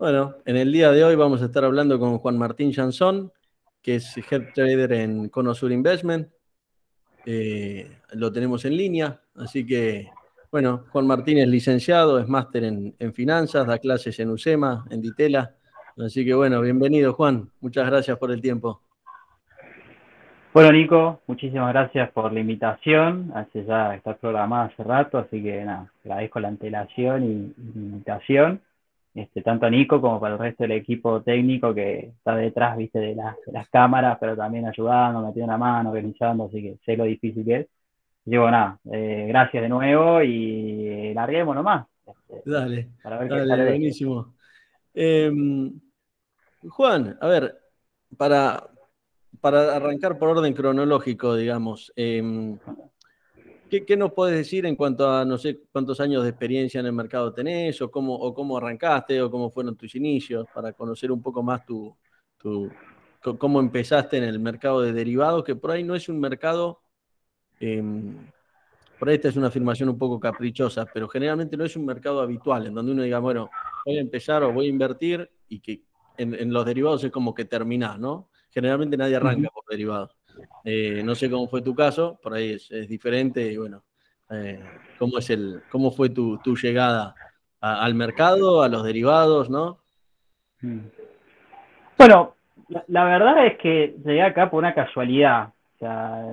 Bueno, en el día de hoy vamos a estar hablando con Juan Martín Jansón, que es Head Trader en Conosur Investment. Lo tenemos en línea, así que, bueno, Juan Martín es licenciado, es máster en finanzas, da clases en UCEMA, en Ditela. Así que, bueno, bienvenido, Juan. Muchas gracias por el tiempo. Bueno, Nico, muchísimas gracias por la invitación. Ya está programada hace rato, así que nada, agradezco la antelación y la invitación, tanto a Nico como para el resto del equipo técnico que está detrás, viste, de las cámaras, pero también ayudando, metiendo una mano, organizando, así que sé lo difícil que es. Digo, nada, gracias de nuevo y larguemos nomás, Dale, para ver qué dale, sale de esto. buenísimo. Juan, a ver, para, para arrancar por orden cronológico, digamos, ¿qué nos puedes decir en cuanto a, no sé, cuántos años de experiencia en el mercado tenés, o cómo arrancaste, o cómo fueron tus inicios, para conocer un poco más tu, cómo empezaste en el mercado de derivados, que por ahí no es un mercado, eh, por ahí esta es una afirmación un poco caprichosa, pero generalmente no es un mercado habitual, en donde uno diga, bueno, voy a empezar o voy a invertir, y que en los derivados es como que terminás, ¿no? Generalmente nadie arranca Ujú. por derivados. No sé cómo fue tu caso, por ahí es diferente, y bueno, cómo fue tu llegada al mercado, a los derivados, ¿no? Mm. Bueno, la verdad es que llegué acá por una casualidad. O sea,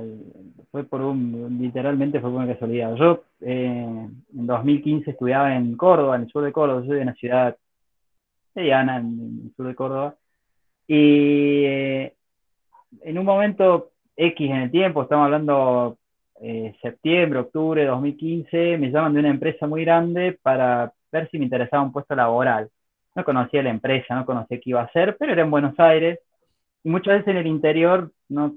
literalmente fue por una casualidad. Yo en 2015 estudiaba en Córdoba, en el sur de Córdoba. Yo soy de una ciudad mediana en el sur de Córdoba. Y en un momento X en el tiempo, estamos hablando septiembre, octubre de 2015, me llaman de una empresa muy grande para ver si me interesaba un puesto laboral. No conocía la empresa, no conocía qué iba a hacer, pero era en Buenos Aires y muchas veces en el interior no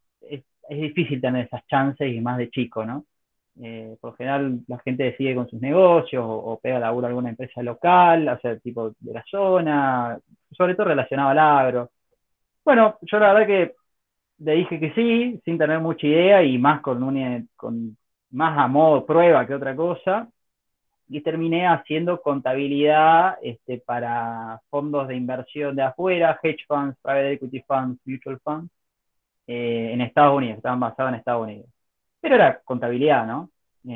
es difícil tener esas chances y más de chico, ¿no? Por lo general la gente sigue con sus negocios o pega laburo a alguna empresa local, o sea, tipo de la zona, sobre todo relacionado al agro. Bueno, yo la verdad que le dije que sí, sin tener mucha idea y más con más a modo prueba que otra cosa, y terminé haciendo contabilidad para fondos de inversión de afuera, hedge funds, private equity funds, mutual funds, en Estados Unidos, estaban basados en Estados Unidos. Pero era contabilidad, ¿no?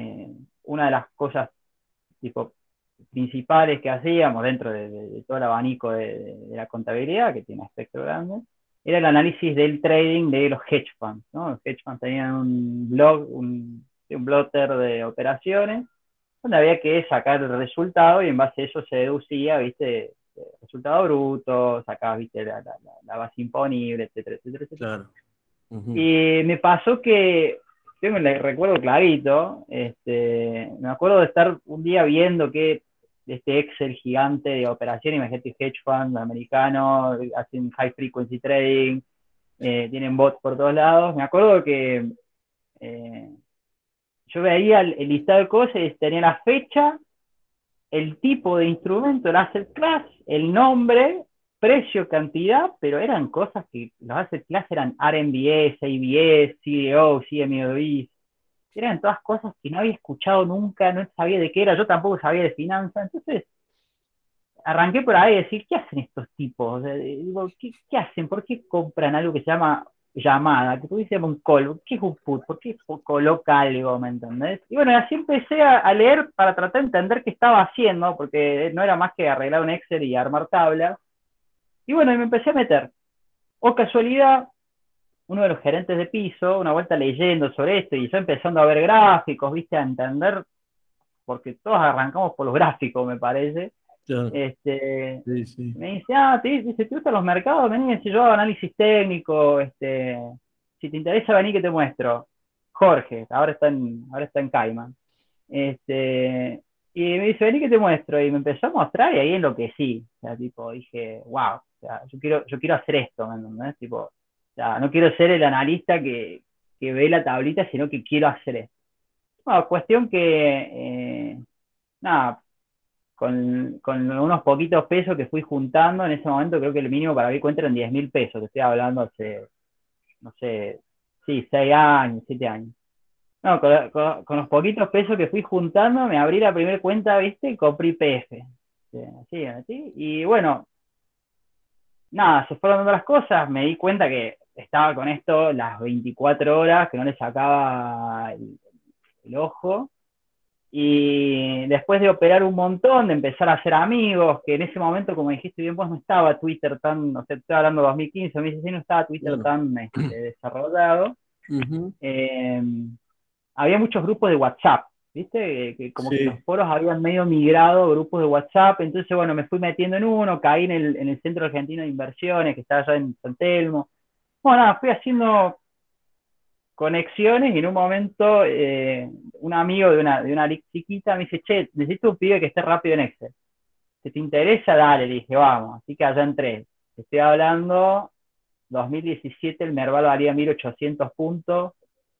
Una de las cosas tipo, principales que hacíamos dentro de todo el abanico de la contabilidad, que tiene un espectro grande, era el análisis del trading de los hedge funds, ¿no? Los hedge funds tenían un blog, un blotter de operaciones, donde había que sacar el resultado y en base a eso se deducía, ¿viste? El resultado bruto, sacabas, ¿viste? La base imponible, etcétera, etcétera, etcétera. Claro. Ujú. Y me pasó que, tengo el recuerdo clarito, me acuerdo de estar un día viendo que este Excel gigante de operaciones, imagínate hedge fund americano, hacen high frequency trading, tienen bots por todos lados. Me acuerdo que eh, yo veía el listado de cosas y tenía la fecha, el tipo de instrumento, el asset class, el nombre, precio, cantidad, pero eran cosas que los asset class eran RMBS, ABS, CDO, CMOB, eran todas cosas que no había escuchado nunca, no sabía de qué era, yo tampoco sabía de finanzas, entonces arranqué por ahí a decir, ¿qué hacen estos tipos? Digo, ¿qué hacen? ¿Por qué compran algo que se llama llamada? Que tú dices un call, ¿qué es un put? ¿Por qué coloca algo? ¿Me entendés? Y bueno, así empecé a leer para tratar de entender qué estaba haciendo, porque no era más que arreglar un Excel y armar tablas. Y bueno, y me empecé a meter. O casualidad, uno de los gerentes de piso, una vuelta leyendo sobre esto y yo empezando a ver gráficos, viste, a entender, porque todos arrancamos por los gráficos, me parece. Claro. Este, Sí, sí. me dice, dice, ¿te gustan los mercados? Vení, si yo hago análisis técnico, si te interesa, vení que te muestro. Jorge, ahora está en Cayman. Este, y me dice, vení que te muestro. Y me empezó a mostrar y ahí enloquecí. O sea, tipo, dije, wow, o sea, yo quiero hacer esto, ¿me entendés? Tipo, o sea, no quiero ser el analista que ve la tablita, sino que quiero hacer esto. Bueno, cuestión que, nada, con unos poquitos pesos que fui juntando en ese momento, creo que el mínimo para mi cuenta eran 10.000 pesos, te estoy hablando hace, no sé, sí, 6 años, 7 años. No, con los poquitos pesos que fui juntando, me abrí la primera cuenta, ¿viste? Y compré IPF. así, me metí. Y bueno, nada, se fueron dando las cosas, me di cuenta que estaba con esto las 24 horas, que no le sacaba el ojo. Y después de operar un montón, de empezar a hacer amigos, que en ese momento, como dijiste bien vos, no estaba Twitter tan, no sé, estoy hablando de 2015, 2016, no estaba Twitter Claro. tan desarrollado. Ujú. Eh, Había muchos grupos de WhatsApp, ¿viste? Que como que los Sí, foros habían medio migrado a grupos de WhatsApp, entonces, bueno, me fui metiendo en uno, caí en el Centro Argentino de Inversiones, que está allá en San Telmo. Bueno, nada, fui haciendo conexiones y en un momento un amigo de una league chiquita me dice, che, necesito un pibe que esté rápido en Excel. Si te interesa, dale, le dije, vamos. Así que allá entré. Estoy hablando 2017, el Merval valía 1800 puntos.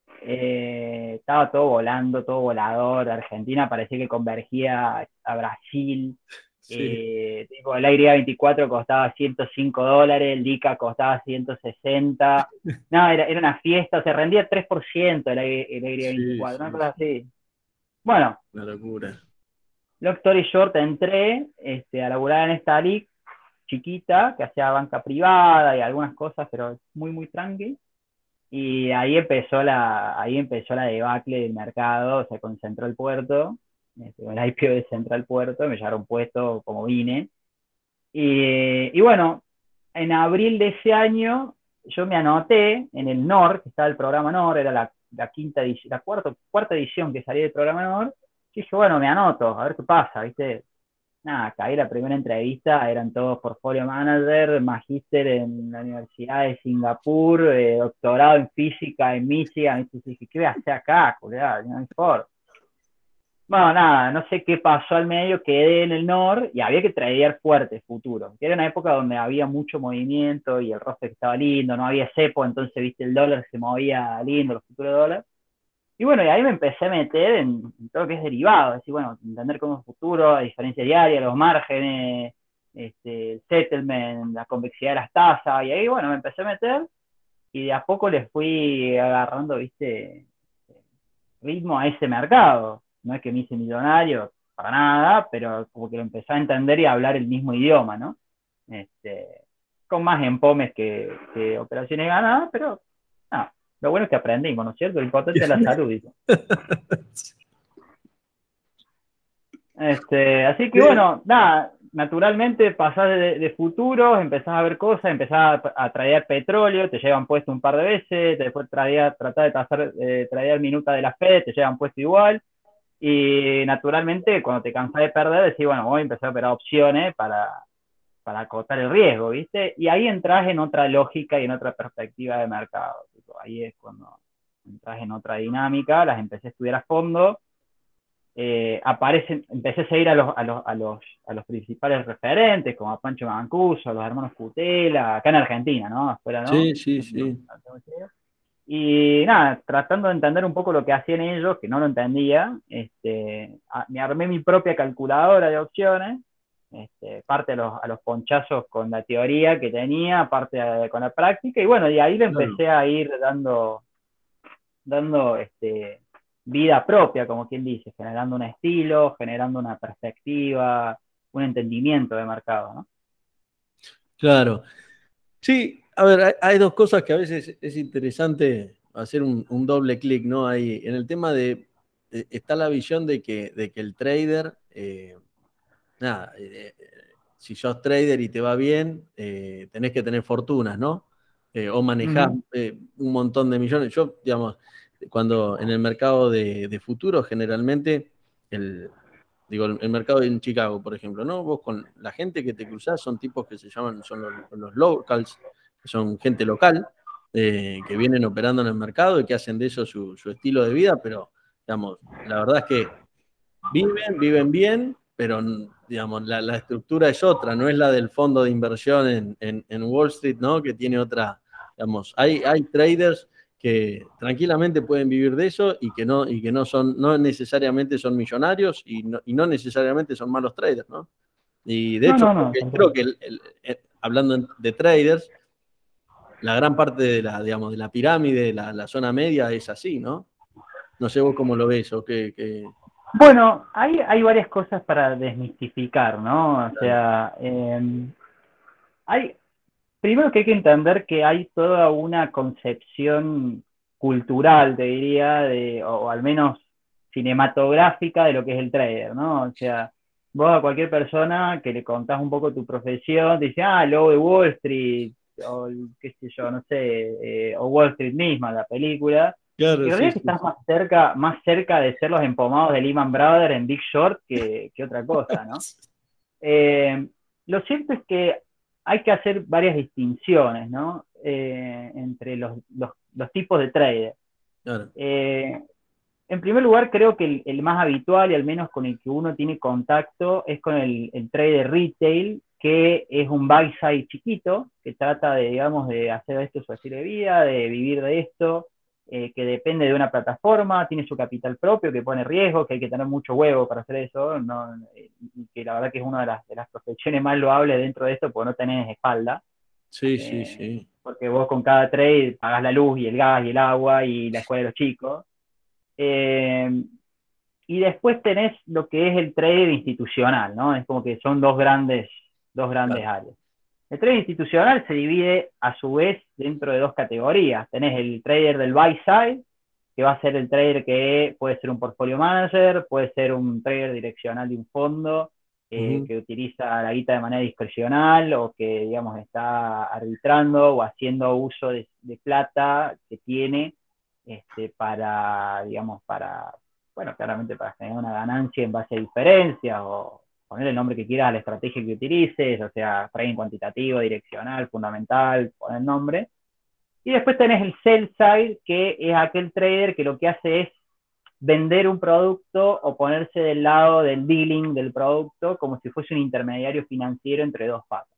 Estaba todo volando, todo volador. Argentina parecía que convergía a Brasil. sí, Tipo, el Aire 24 costaba $105, el Dica costaba 160. No, era una fiesta, se rendía 3% el Aire sí, 24, una sí, cosa sí. así. Bueno, Una locura. long story short, entré a laburar en esta league chiquita que hacía banca privada y algunas cosas, pero muy, muy tranqui. Y ahí empezó la debacle del mercado, se concentró el puerto, con el IPO de Central Puerto, me llevaron puesto como vine. Y bueno, en abril de ese año yo me anoté en el NOR, que estaba el programa NOR, era la quinta edición, la cuarta edición que salía del programa NOR, y dije, bueno, me anoto, a ver qué pasa, ¿viste? Nada, caí la primera entrevista, eran todos portfolio manager, magíster en la Universidad de Singapur, doctorado en física en Michigan. Y dije, ¿qué voy a hacer acá, culiado? No me importa. Bueno, nada, no sé qué pasó al medio, quedé en el NOR y había que tradear fuerte futuro. Era una época donde había mucho movimiento y el roster estaba lindo, no había cepo, entonces, viste, el dólar se movía lindo, los futuros dólares. Y bueno, y ahí me empecé a meter en todo lo que es derivado, es decir, bueno, entender cómo es el futuro, la diferencia diaria, los márgenes, el settlement, la convexidad de las tasas, y ahí, bueno, me empecé a meter y de a poco le fui agarrando, viste, ritmo a ese mercado. No es que me hice millonario, para nada, pero como que lo empecé a entender y a hablar el mismo idioma, ¿no? Este, con más empomes que operaciones ganadas, pero no, lo bueno es que aprendimos, ¿no es cierto? Lo importante es la salud, dice. Así que Sí, bueno, nada, naturalmente pasás de futuros, empezás a ver cosas, empezás a tradear petróleo, te llevan puesto un par de veces, después tratás de tradear minuta de la Fed, te llevan puesto igual, y naturalmente cuando te cansás de perder, decís, bueno, voy a empezar a operar opciones para acotar el riesgo, ¿viste? Y ahí entras en otra lógica y en otra perspectiva de mercado. Tipo, ahí es cuando entras en otra dinámica, las empecé a estudiar a fondo, empecé a seguir a los principales referentes, como a Pancho Mancuso, a los hermanos Cutela, acá en Argentina, ¿no? Afuera, ¿no? sí, sí, sí. Y nada, tratando de entender un poco lo que hacían ellos, que no lo entendía, me armé mi propia calculadora de opciones, parte a los ponchazos con la teoría que tenía, parte con la práctica, y bueno, y ahí le Claro. empecé a ir dando vida propia, como quien dice, generando un estilo, generando una perspectiva, un entendimiento de mercado, ¿no? Claro. Sí, a ver, hay dos cosas que a veces es interesante hacer un doble clic, ¿no? Ahí, en el tema está la visión de que el trader, nada, si sos trader y te va bien, tenés que tener fortunas, ¿no? O Uh manejás -huh. un montón de millones. Yo, digamos, cuando en el mercado de futuros, generalmente, digo, el mercado en Chicago, por ejemplo, ¿no? Vos con la gente que te cruzás son tipos que se llaman, son los locals, que son gente local, que vienen operando en el mercado y que hacen de eso su estilo de vida, pero, digamos, la verdad es que viven bien, pero digamos, la estructura es otra, no es la del fondo de inversión en Wall Street, ¿no? Que tiene otra, digamos, hay traders que tranquilamente pueden vivir de eso y que no son, no necesariamente son millonarios y no necesariamente son malos traders, ¿no? Y de No, hecho, no, creo no, que, creo tampoco. que hablando de traders, la gran parte digamos, de la pirámide, la zona media es así, ¿no? No sé vos cómo lo ves o qué. Bueno, hay varias cosas para desmistificar, ¿no? O Claro, sea, hay, primero que hay que entender que hay toda una concepción cultural, te diría, o al menos cinematográfica de lo que es el trader, ¿no? O sea, vos a cualquier persona que le contás un poco tu profesión, te dice, ah, el lobo de Wall Street, o qué sé yo, no sé, o Wall Street misma, la película. Y claro, en sí, realidad que sí, estás sí. más cerca de ser los empomados de Lehman Brothers en Big Short que otra cosa, ¿no? Eh, lo cierto es que hay que hacer varias distinciones, ¿no? Entre los tipos de trader. Claro. Eh, en primer lugar, creo que el más habitual y al menos con el que uno tiene contacto es con el trader retail, que es un buy side chiquito, que trata de, digamos, de hacer esto su estilo de vida, de vivir de esto, que depende de una plataforma, tiene su capital propio, que pone riesgo, que hay que tener mucho huevo para hacer eso, ¿no? Y que la verdad que es una de las profesiones más loables dentro de esto, porque no tenés espalda, Sí, sí, sí. porque vos con cada trade pagás la luz y el gas y el agua y la escuela de los chicos. Eh, y después tenés lo que es el trade institucional, ¿no? Es como que son dos grandes Claro. áreas. El trade institucional se divide a su vez dentro de dos categorías. Tenés el trader del buy side, que va a ser el trader que puede ser un portfolio manager, puede ser un trader direccional de un fondo Ujú. que utiliza la guita de manera discrecional o que, digamos, está arbitrando o haciendo uso de plata que tiene para, digamos, bueno, claramente para generar una ganancia en base a diferencias o poner el nombre que quieras a la estrategia que utilices, o sea, trading cuantitativo, direccional, fundamental, poner el nombre. Y después tenés el sell side, que es aquel trader que lo que hace es vender un producto o ponerse del lado del dealing del producto como si fuese un intermediario financiero entre dos patas.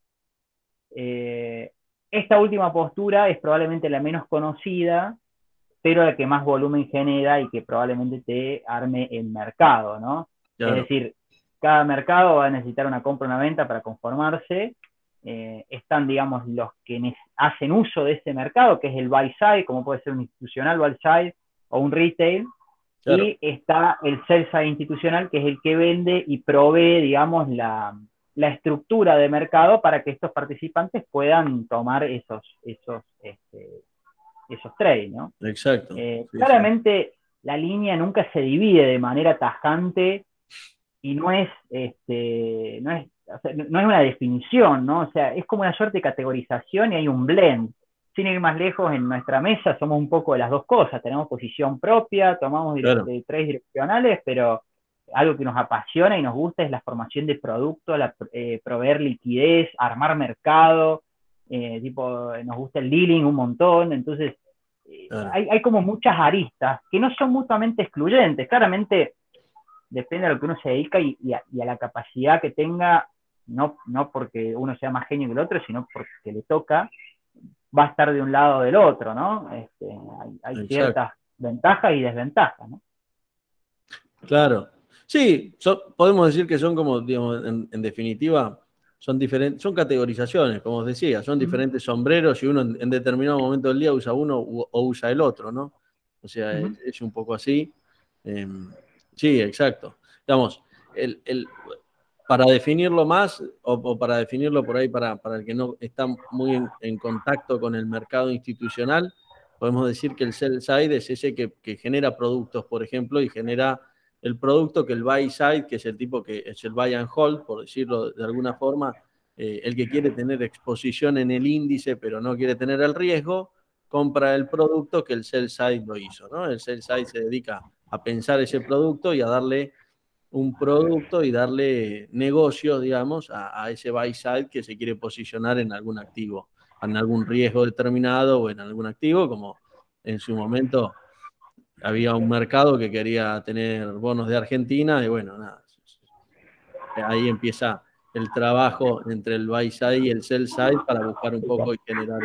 Eh, esta última postura es probablemente la menos conocida, pero la que más volumen genera y que probablemente te arme el mercado, ¿no? Es Claro. decir, cada mercado va a necesitar una compra y una venta para conformarse. Están, digamos, los que hacen uso de ese mercado, que es el buy side, como puede ser un institucional buy side o un retail, Claro. y está el sell side institucional, que es el que vende y provee, digamos, la estructura de mercado para que estos participantes puedan tomar esos trades, ¿no? Exacto. Sí, sí. Claramente la línea nunca se divide de manera tajante y o sea, no es una definición, ¿no? O sea, es como una suerte de categorización y hay un blend. Sin ir más lejos, en nuestra mesa somos un poco de las dos cosas. Tenemos posición propia, tomamos Claro. trades direccionales, pero algo que nos apasiona y nos gusta es la formación de productos, proveer liquidez, armar mercado, nos gusta el dealing un montón. Entonces, Claro. hay como muchas aristas que no son mutuamente excluyentes. Claramente depende a lo que uno se dedica y a la capacidad que tenga, no porque uno sea más genio que el otro, sino porque le toca, va a estar de un lado o del otro, ¿no? Hay Exacto. ciertas ventajas y desventajas, ¿no? Claro. Sí, podemos decir que son como, digamos, en definitiva, son diferentes, son categorizaciones, como os decía, son Uh diferentes sombreros y uno en determinado momento del día usa uno o usa el otro, ¿no? O sea, -huh. es un poco así. Sí, exacto. Digamos, para definirlo más, o para definirlo por ahí, para el que no está muy en contacto con el mercado institucional, podemos decir que el sell side es ese que genera productos, por ejemplo, y genera el producto que el buy side, que es el tipo que es el buy and hold, por decirlo de alguna forma, el que quiere tener exposición en el índice, pero no quiere tener el riesgo, compra el producto que el sell side lo hizo, ¿no? El sell side se dedica a pensar ese producto y a darle un producto y darle negocios, digamos, a ese buy side que se quiere posicionar en algún activo, en algún riesgo determinado o en algún activo, como en su momento había un mercado que quería tener bonos de Argentina y bueno, nada, ahí empieza el trabajo entre el buy side y el sell side para buscar un poco y generar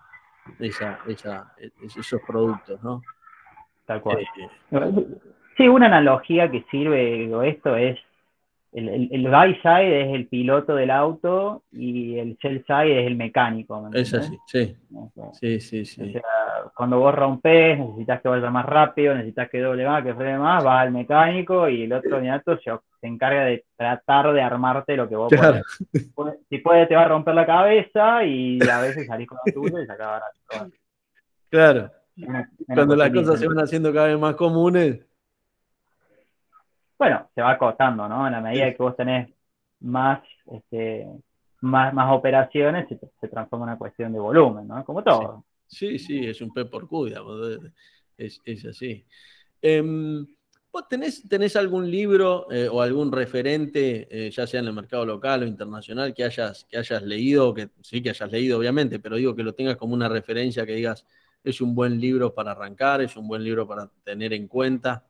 esos productos, ¿no? Tal cual. Eh, Sí, una analogía que sirve con esto es, el buy side es el piloto del auto y el sell side es el mecánico, ¿me Es entendés? así, sí. O sea, Sí, sí, o sí. sea, cuando vos rompés, necesitas que vaya más rápido, necesitas que doble más, que frene más, vas al mecánico y el otro neato se encarga de tratar de armarte lo que vos Claro, podés. Si puede, te va a romper la cabeza y a veces salís con lo tuyo y se acaba barato. Bueno, claro. una Cuando las cuestión cosas se interesante. van haciendo cada vez más comunes. Bueno, se va acotando, ¿no? En la medida que vos tenés más, más operaciones, se transforma en una cuestión de volumen, ¿no? Como Sí, todo. sí, sí, es un P por Q, digamos, es así. Em, ¿Vos tenés algún libro o algún referente, ya sea en el mercado local o internacional, que hayas leído, que sí que hayas leído, obviamente, pero digo que lo tengas como una referencia, que digas, es un buen libro para arrancar, es un buen libro para tener en cuenta,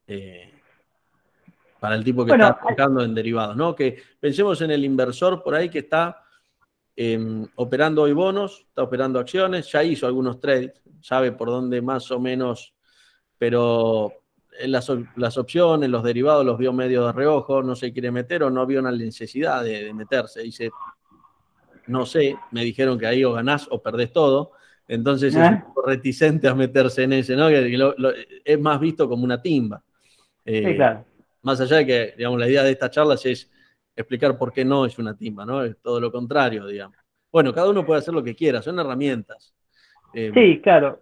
para el tipo que está Bueno, arrancando en derivados, ¿no? Que pensemos en el inversor por ahí que está operando hoy bonos, está operando acciones, ya hizo algunos trades, sabe por dónde más o menos, pero en las opciones, los derivados los vio medio de reojo, no se quiere meter o no vio una necesidad de meterse. Dice, no sé, me dijeron que ahí o ganás o perdés todo, entonces es un ¿eh? poco reticente a meterse en ese, ¿no? Que es más visto como una timba. Sí, Eh, claro. Más allá de que, digamos, la idea de estas charlas es explicar por qué no es una timba, ¿no? Es todo lo contrario, digamos. Bueno, cada uno puede hacer lo que quiera, son herramientas. Eh, Sí, claro.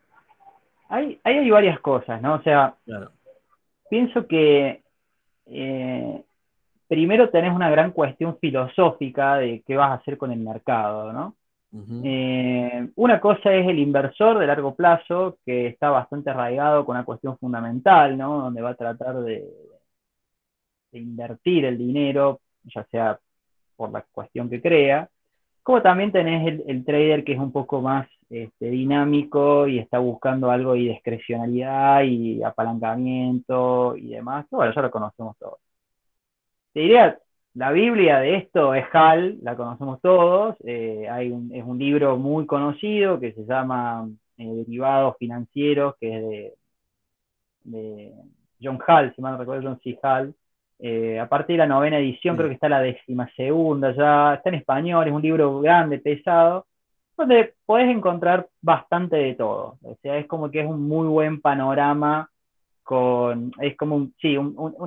Ahí hay varias cosas, ¿no? O sea, claro. pienso que eh, primero tenés una gran cuestión filosófica de qué vas a hacer con el mercado, ¿no? Ujú. Una cosa es el inversor de largo plazo, que está bastante arraigado con una cuestión fundamental, ¿no? Donde va a tratar de invertir el dinero, ya sea por la cuestión que crea, como también tenés el trader que es un poco más dinámico y está buscando algo de discrecionalidad y apalancamiento y demás, que bueno, ya lo conocemos todos. Te diría, la Biblia de esto es Hal, la conocemos todos, es un libro muy conocido que se llama Derivados Financieros, que es de John Hall, si mal no recuerdo, John C. Hall. A partir de la novena edición, creo Sí. que está la 12ª ya, está en español, es un libro grande, pesado, donde podés encontrar bastante de todo. O sea, es como que es un muy buen panorama es como sí,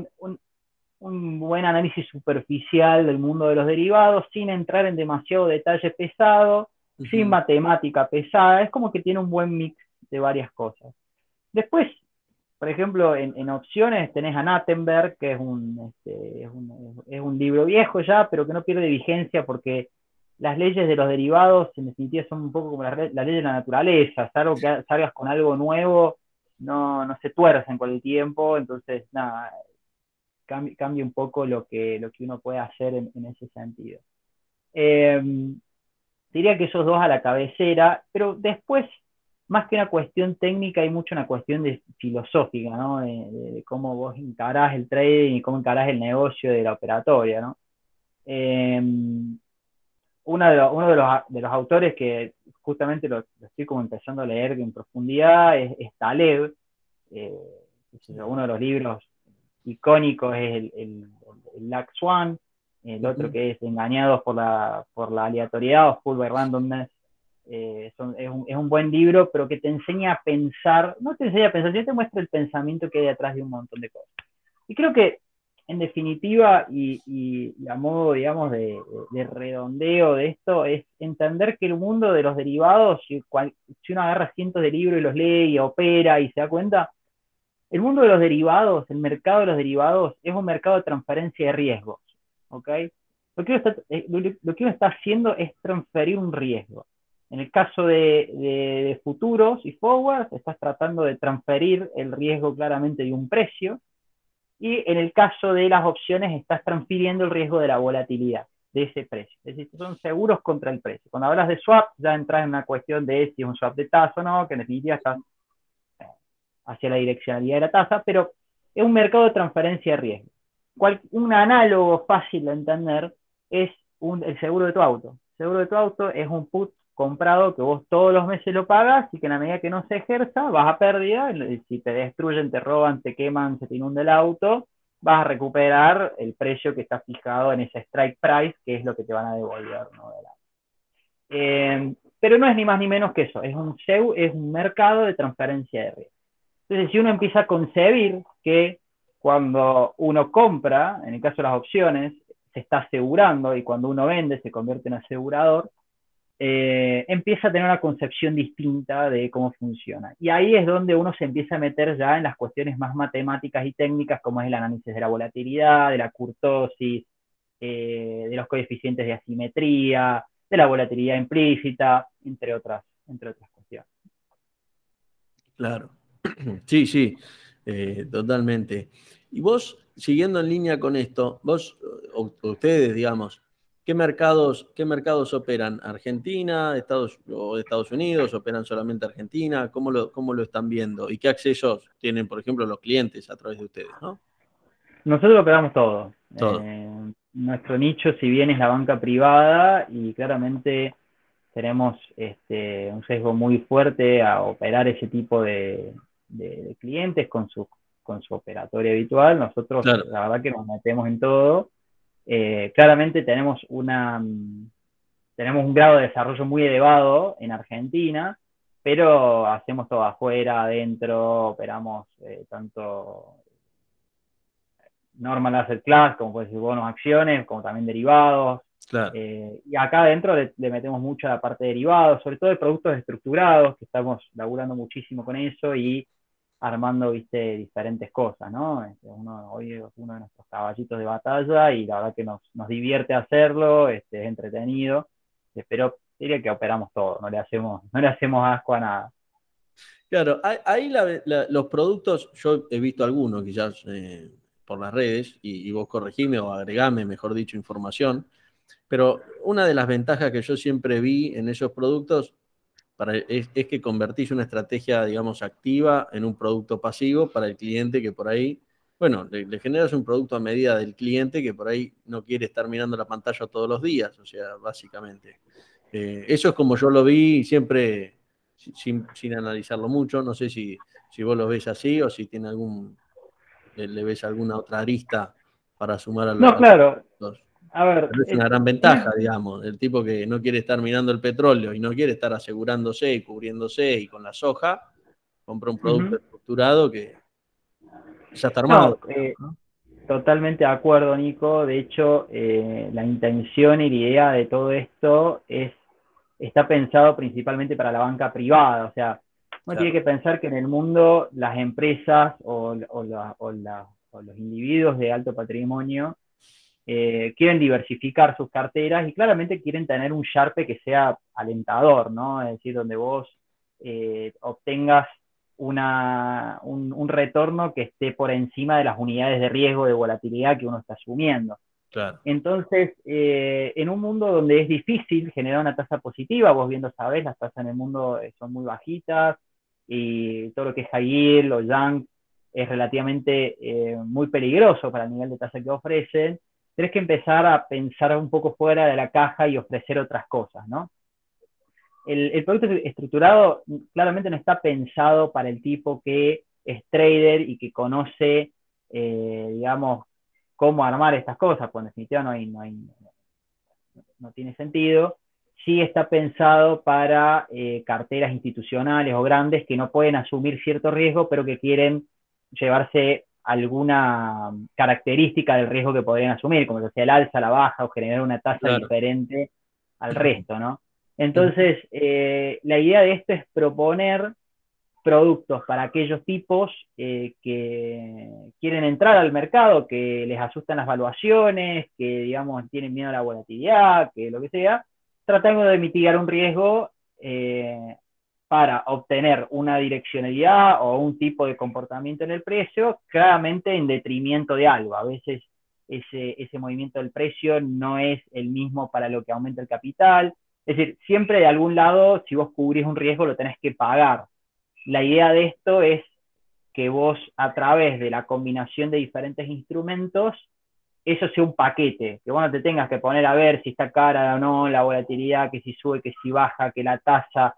un buen análisis superficial del mundo de los derivados, sin entrar en demasiado detalle pesado, sin Ujú. matemática pesada, es como que tiene un buen mix de varias cosas. Después, por ejemplo, en opciones tenés a Nattenberg, que es un libro viejo ya, pero que no pierde vigencia porque las leyes de los derivados, en definitiva, son un poco como las leyes de la naturaleza, salvo que salgas con algo nuevo, no se tuercen con el tiempo, entonces, nada, cambia un poco lo que uno puede hacer en ese sentido. Eh, Diría que esos dos a la cabecera, pero después, más que una cuestión técnica, hay mucho una cuestión filosófica, ¿no? De cómo vos encarás el trading y cómo encarás el negocio de la operatoria, ¿no? Eh, uno de los autores que justamente lo estoy como empezando a leer en profundidad es Taleb. Eh, Sí. Uno de los libros icónicos es el Black Swan, el otro Ujú. que es Engañados por la aleatoriedad o Full by Randomness. Es un buen libro, pero que te enseña a pensar, no te enseña a pensar, sino te muestra el pensamiento que hay detrás de un montón de cosas. Y creo que, en definitiva, y a modo, digamos, de redondeo de esto, es entender que el mundo de los derivados, si uno agarra cientos de libros y los lee y opera y se da cuenta, el mundo de los derivados, el mercado de los derivados, es un mercado de transferencia de riesgos. ¿Ok? Lo que uno está haciendo es transferir un riesgo. En el caso de futuros y forwards, estás tratando de transferir el riesgo claramente de un precio. Y en el caso de las opciones, estás transfiriendo el riesgo de la volatilidad de ese precio. Es decir, son seguros contra el precio. Cuando hablas de swap, ya entras en una cuestión de si es un swap de tasa o no, que en definitiva estás hacia la direccionalidad de la tasa, pero es un mercado de transferencia de riesgo. Un análogo fácil de entender es el seguro de tu auto. El seguro de tu auto es un put comprado que vos todos los meses lo pagas y que en la medida que no se ejerza vas a pérdida. Si te destruyen, te roban, te queman, se te inunda el auto, vas a recuperar el precio que está fijado en ese strike price, que es lo que te van a devolver, ¿no? Pero no es ni más ni menos que eso, es un SEU, es un mercado de transferencia de riesgo. Entonces, si uno empieza a concebir que cuando uno compra, en el caso de las opciones, se está asegurando, y cuando uno vende se convierte en asegurador, empieza a tener una concepción distinta de cómo funciona. Y ahí es donde uno se empieza a meter ya en las cuestiones más matemáticas y técnicas, como es el análisis de la volatilidad, de la kurtosis, de los coeficientes de asimetría, de la volatilidad implícita, entre otras cuestiones. Claro. Sí, sí, totalmente. Y vos, siguiendo en línea con esto, vos, o ustedes, digamos, qué mercados operan? ¿Argentina, Estados Unidos? ¿Operan solamente Argentina? Cómo lo están viendo? ¿Y qué accesos tienen, por ejemplo, los clientes a través de ustedes, ¿no? Nosotros operamos todo. Todo. Nuestro nicho, si bien es la banca privada, y claramente tenemos un sesgo muy fuerte a operar ese tipo de clientes con su operatoria habitual, nosotros Claro. la verdad que nos metemos en todo. Claramente tenemos un grado de desarrollo muy elevado en Argentina, pero hacemos todo afuera, adentro, operamos tanto normal asset class, como puede ser bonos, acciones, como también derivados. Claro. Y acá adentro le metemos mucho a la parte de derivados, sobre todo de productos estructurados, que estamos laburando muchísimo con eso y armando, viste, diferentes cosas, ¿no? Hoy es uno de nuestros caballitos de batalla y la verdad que nos divierte hacerlo, es entretenido, pero diría que operamos todo, no le hacemos asco a nada. Claro, ahí los productos, yo he visto algunos quizás por las redes, y vos corregime o agregame, mejor dicho, información, pero una de las ventajas que yo siempre vi en esos productos es que convertís una estrategia, digamos, activa en un producto pasivo para el cliente que por ahí, bueno, le generas un producto a medida del cliente que por ahí no quiere estar mirando la pantalla todos los días, o sea, básicamente. Eso es como yo lo vi siempre sin analizarlo mucho. No sé si vos lo ves así o si tiene le ves alguna otra arista para sumar No, claro, los. a ver, Pero es una gran ventaja, digamos. El tipo que no quiere estar mirando el petróleo y no quiere estar asegurándose y cubriéndose y con la soja, compra un producto uh-huh. estructurado que ya está armado. No, totalmente de acuerdo, Nico. De hecho, la intención y la idea de todo esto está pensado principalmente para la banca privada. O sea, uno tiene Claro, que pensar que en el mundo las empresas o los individuos de alto patrimonio quieren diversificar sus carteras y claramente quieren tener un Sharpe que sea alentador, ¿no? Es decir, donde vos obtengas un retorno que esté por encima de las unidades de riesgo de volatilidad que uno está asumiendo. claro. Entonces, en un mundo donde es difícil generar una tasa positiva, vos viendo sabés, las tasas en el mundo son muy bajitas y todo lo que es high yield o junk es relativamente muy peligroso para el nivel de tasa que ofrecen, tenés que empezar a pensar un poco fuera de la caja y ofrecer otras cosas, ¿no? El producto estructurado claramente no está pensado para el tipo que es trader y que conoce, digamos, cómo armar estas cosas, pues en definitiva no tiene sentido. Sí está pensado para carteras institucionales o grandes que no pueden asumir cierto riesgo, pero que quieren llevarse alguna característica del riesgo que podrían asumir, como sea el alza, la baja o generar una tasa Claro. diferente al resto, ¿no? Entonces, la idea de esto es proponer productos para aquellos tipos que quieren entrar al mercado, que les asustan las valuaciones, que digamos tienen miedo a la volatilidad, que lo que sea, tratando de mitigar un riesgo para obtener una direccionalidad o un tipo de comportamiento en el precio, claramente en detrimento de algo. A veces ese movimiento del precio no es el mismo para lo que aumenta el capital. Es decir, siempre de algún lado, si vos cubrís un riesgo, lo tenés que pagar. La idea de esto es que vos a través de la combinación de diferentes instrumentos, eso sea un paquete, que vos no te tengas que poner a ver si está cara o no la volatilidad, que si sube, que si baja, que la tasa,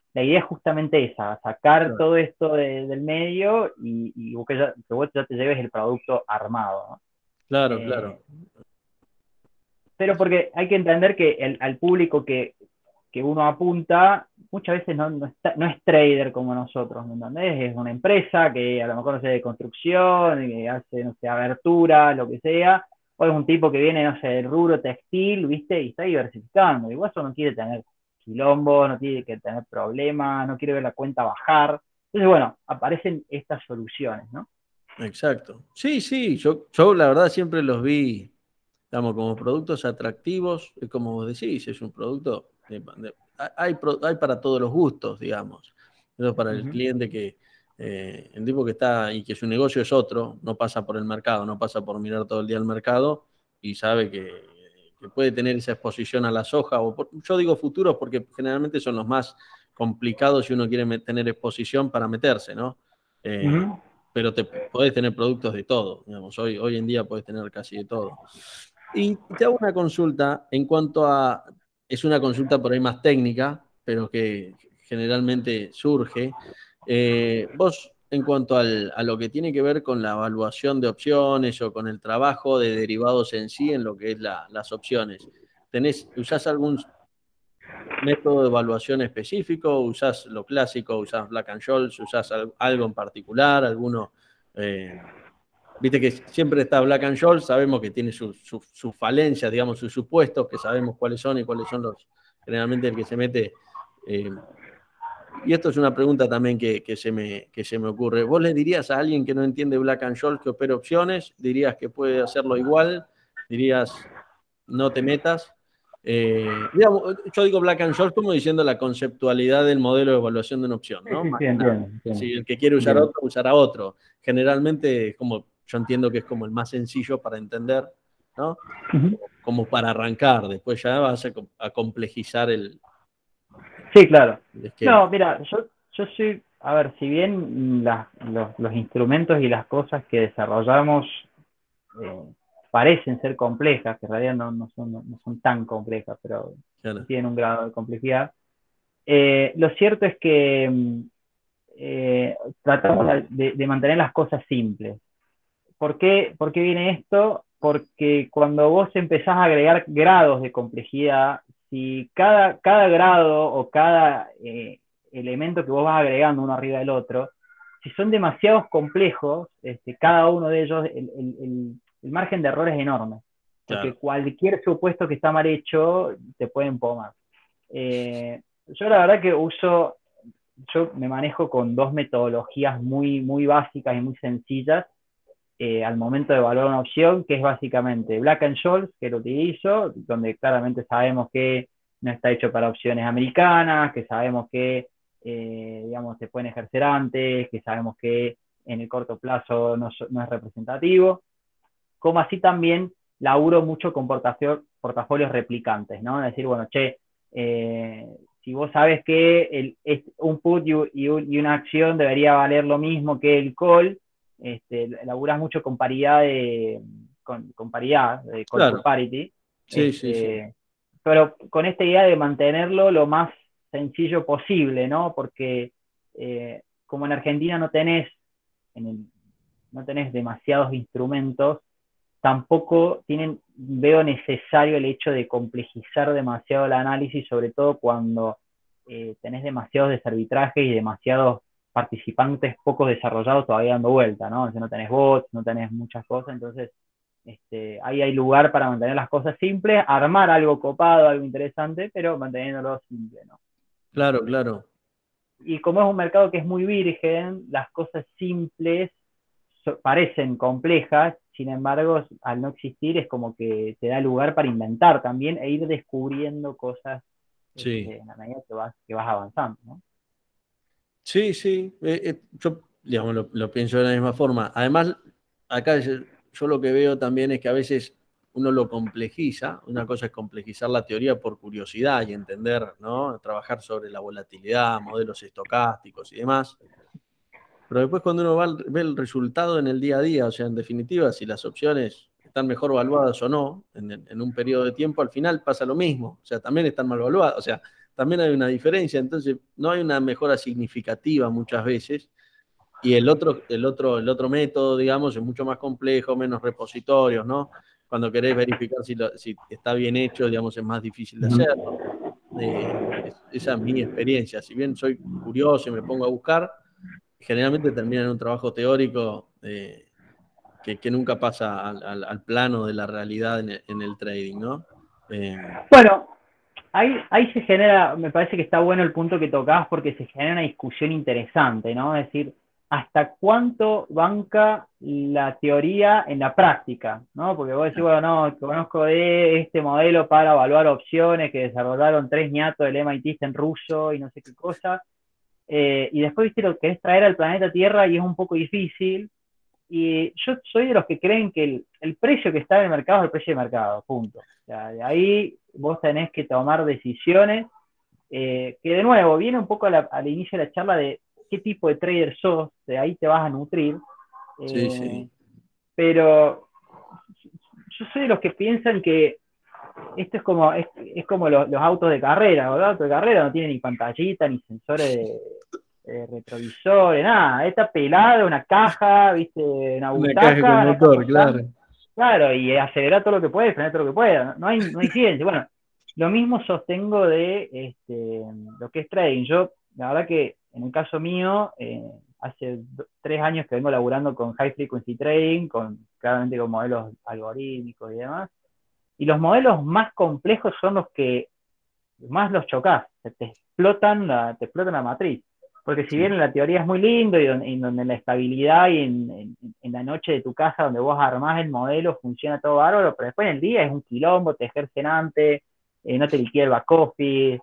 la idea es justamente esa, sacar Claro, todo esto del medio y que vos ya te lleves el producto armado, ¿no? claro, Eh, claro. pero porque hay que entender que al público que uno apunta muchas veces no es trader como nosotros, ¿me entendés? Es una empresa que a lo mejor no sé de construcción, que hace, no sé, abertura, lo que sea, o es un tipo que viene, no sé, del rubro textil, ¿viste? Y está diversificando. Igual eso no quiere tener quilombo, no tiene que tener problemas, no quiere ver la cuenta bajar. Entonces, bueno, aparecen estas soluciones, ¿no? Exacto. Sí, sí, yo la verdad siempre los vi, digamos, como productos atractivos, como vos decís, es un producto, hay para todos los gustos, digamos. Eso para Uh el -huh. cliente que, el tipo que está y que su negocio es otro, no pasa por el mercado, no pasa por mirar todo el día el mercado y sabe que puede tener esa exposición a la soja, yo digo futuros porque generalmente son los más complicados si uno quiere tener exposición para meterse, ¿no? Uh Eh, -huh. pero podés tener productos de todo, digamos, hoy en día podés tener casi de todo. Y te hago una consulta en cuanto a, es una consulta por ahí más técnica, pero que generalmente surge. Vos, en cuanto a lo que tiene que ver con la evaluación de opciones o con el trabajo de derivados en sí, en lo que es las opciones, ¿usás algún método de evaluación específico? ¿Usás lo clásico? ¿Usás Black and Scholes? ¿Usás algo en particular? ¿Alguno? eh, Viste que siempre está Black and Scholes, sabemos que tiene sus falencias, digamos, sus supuestos, que sabemos cuáles son y cuáles son generalmente el que se mete. Y esto es una pregunta también que se me ocurre. ¿Vos le dirías a alguien que no entiende Black and Scholes que opere opciones? ¿Dirías que puede hacerlo igual? ¿Dirías no te metas? Digamos, yo digo Black and Scholes como diciendo la conceptualidad del modelo de evaluación de una opción, Sí, ¿no? sí, Más sí, que nada. entiendo, entiendo, Si el que quiere usar entiendo. otro, usará otro. Generalmente, como yo entiendo que es como el más sencillo para entender, ¿no? Uh -huh. Como para arrancar. Después ya vas a complejizar Sí, claro. el esquema. No, mira, yo soy, a ver, si bien los instrumentos y las cosas que desarrollamos eh, parecen ser complejas, que en realidad no son tan complejas, pero Claro, tienen un grado de complejidad, lo cierto es que tratamos de mantener las cosas simples. Por qué viene esto? Porque cuando vos empezás a agregar grados de complejidad, si cada grado o cada elemento que vos vas agregando uno arriba del otro, si son demasiados complejos, cada uno de ellos, el margen de error es enorme, porque claro, cualquier supuesto que está mal hecho te puede empomar. Yo la verdad que yo me manejo con dos metodologías muy básicas y muy sencillas al momento de evaluar una opción, que es básicamente Black and Scholes, que lo utilizo, donde claramente sabemos que no está hecho para opciones americanas, que sabemos que, digamos, se pueden ejercer antes, que sabemos que en el corto plazo no es representativo, como así también laburo mucho con portafolios replicantes, ¿no? Es decir, bueno, che, si vos sabes que un put y una acción debería valer lo mismo que el call, laburás mucho con paridad, de call put claro. parity, Sí, sí, sí. pero con esta idea de mantenerlo lo más sencillo posible, ¿no? Porque como en Argentina en el, no tenés demasiados instrumentos, tampoco veo necesario el hecho de complejizar demasiado el análisis, sobre todo cuando tenés demasiados desarbitrajes y demasiados participantes poco desarrollados todavía dando vuelta, ¿no? Entonces no tenés bots, no tenés muchas cosas, entonces ahí hay lugar para mantener las cosas simples, armar algo copado, algo interesante, pero manteniéndolo simple, ¿no? Claro, claro. Y como es un mercado que es muy virgen, las cosas simples parecen complejas, sin embargo, al no existir es como que te da lugar para inventar también e ir descubriendo cosas Sí, en la medida que vas avanzando, ¿no? sí, sí. Yo, digamos, lo pienso de la misma forma. Además, acá yo lo que veo también es que a veces uno lo complejiza. Una cosa es complejizar la teoría por curiosidad y entender, ¿no? Trabajar sobre la volatilidad, modelos estocásticos y demás. Pero después cuando uno ve el resultado en el día a día, o sea, en definitiva, si las opciones están mejor valuadas o no en un periodo de tiempo, al final pasa lo mismo, o sea, también están mal valuadas, o sea, también hay una diferencia, entonces no hay una mejora significativa muchas veces. Y el otro método, digamos, es mucho más complejo, menos repositorios, ¿no? Cuando querés verificar si está bien hecho, digamos, es más difícil de hacerlo. Esa es mi experiencia. Si bien soy curioso y me pongo a buscar, generalmente termina en un trabajo teórico que nunca pasa al plano de la realidad en el trading, ¿no? Bueno, ahí se genera, me parece que está bueno el punto que tocabas porque se genera una discusión interesante, ¿no? Es decir, ¿hasta cuánto banca la teoría en la práctica? ¿No? Porque vos decís, bueno, no, conozco de este modelo para evaluar opciones que desarrollaron 3 ñatos del MIT en ruso y no sé qué cosa. Y después, viste, lo querés traer al planeta Tierra y es un poco difícil. Y yo soy de los que creen que el precio que está en el mercado es el precio de mercado, punto. O sea, de ahí vos tenés que tomar decisiones, que de nuevo, viene un poco al inicio de la charla de qué tipo de trader sos, de ahí te vas a nutrir. Sí, Eh, sí. pero yo soy de los que piensan que esto es como los autos de carrera, los autos de carrera no tienen ni pantallita, ni sensores de retrovisores, nada, está pelada una caja, viste, una Una caja con butaca, la caja motor, estándar, claro. claro, y acelerar todo lo que puede, frenar todo lo que pueda, no hay ciencia. Bueno, lo mismo sostengo de lo que es trading. Yo, la verdad que en el caso mío, hace 3 años que vengo laburando con high frequency trading, claramente con modelos algorítmicos y demás, y los modelos más complejos son los que más los chocás, te explotan la matriz. Porque si bien Sí, en la teoría es muy lindo y donde en la estabilidad y en la noche de tu casa donde vos armás el modelo funciona todo bárbaro, pero después en el día es un quilombo, te ejercen antes, no te liquida el back office,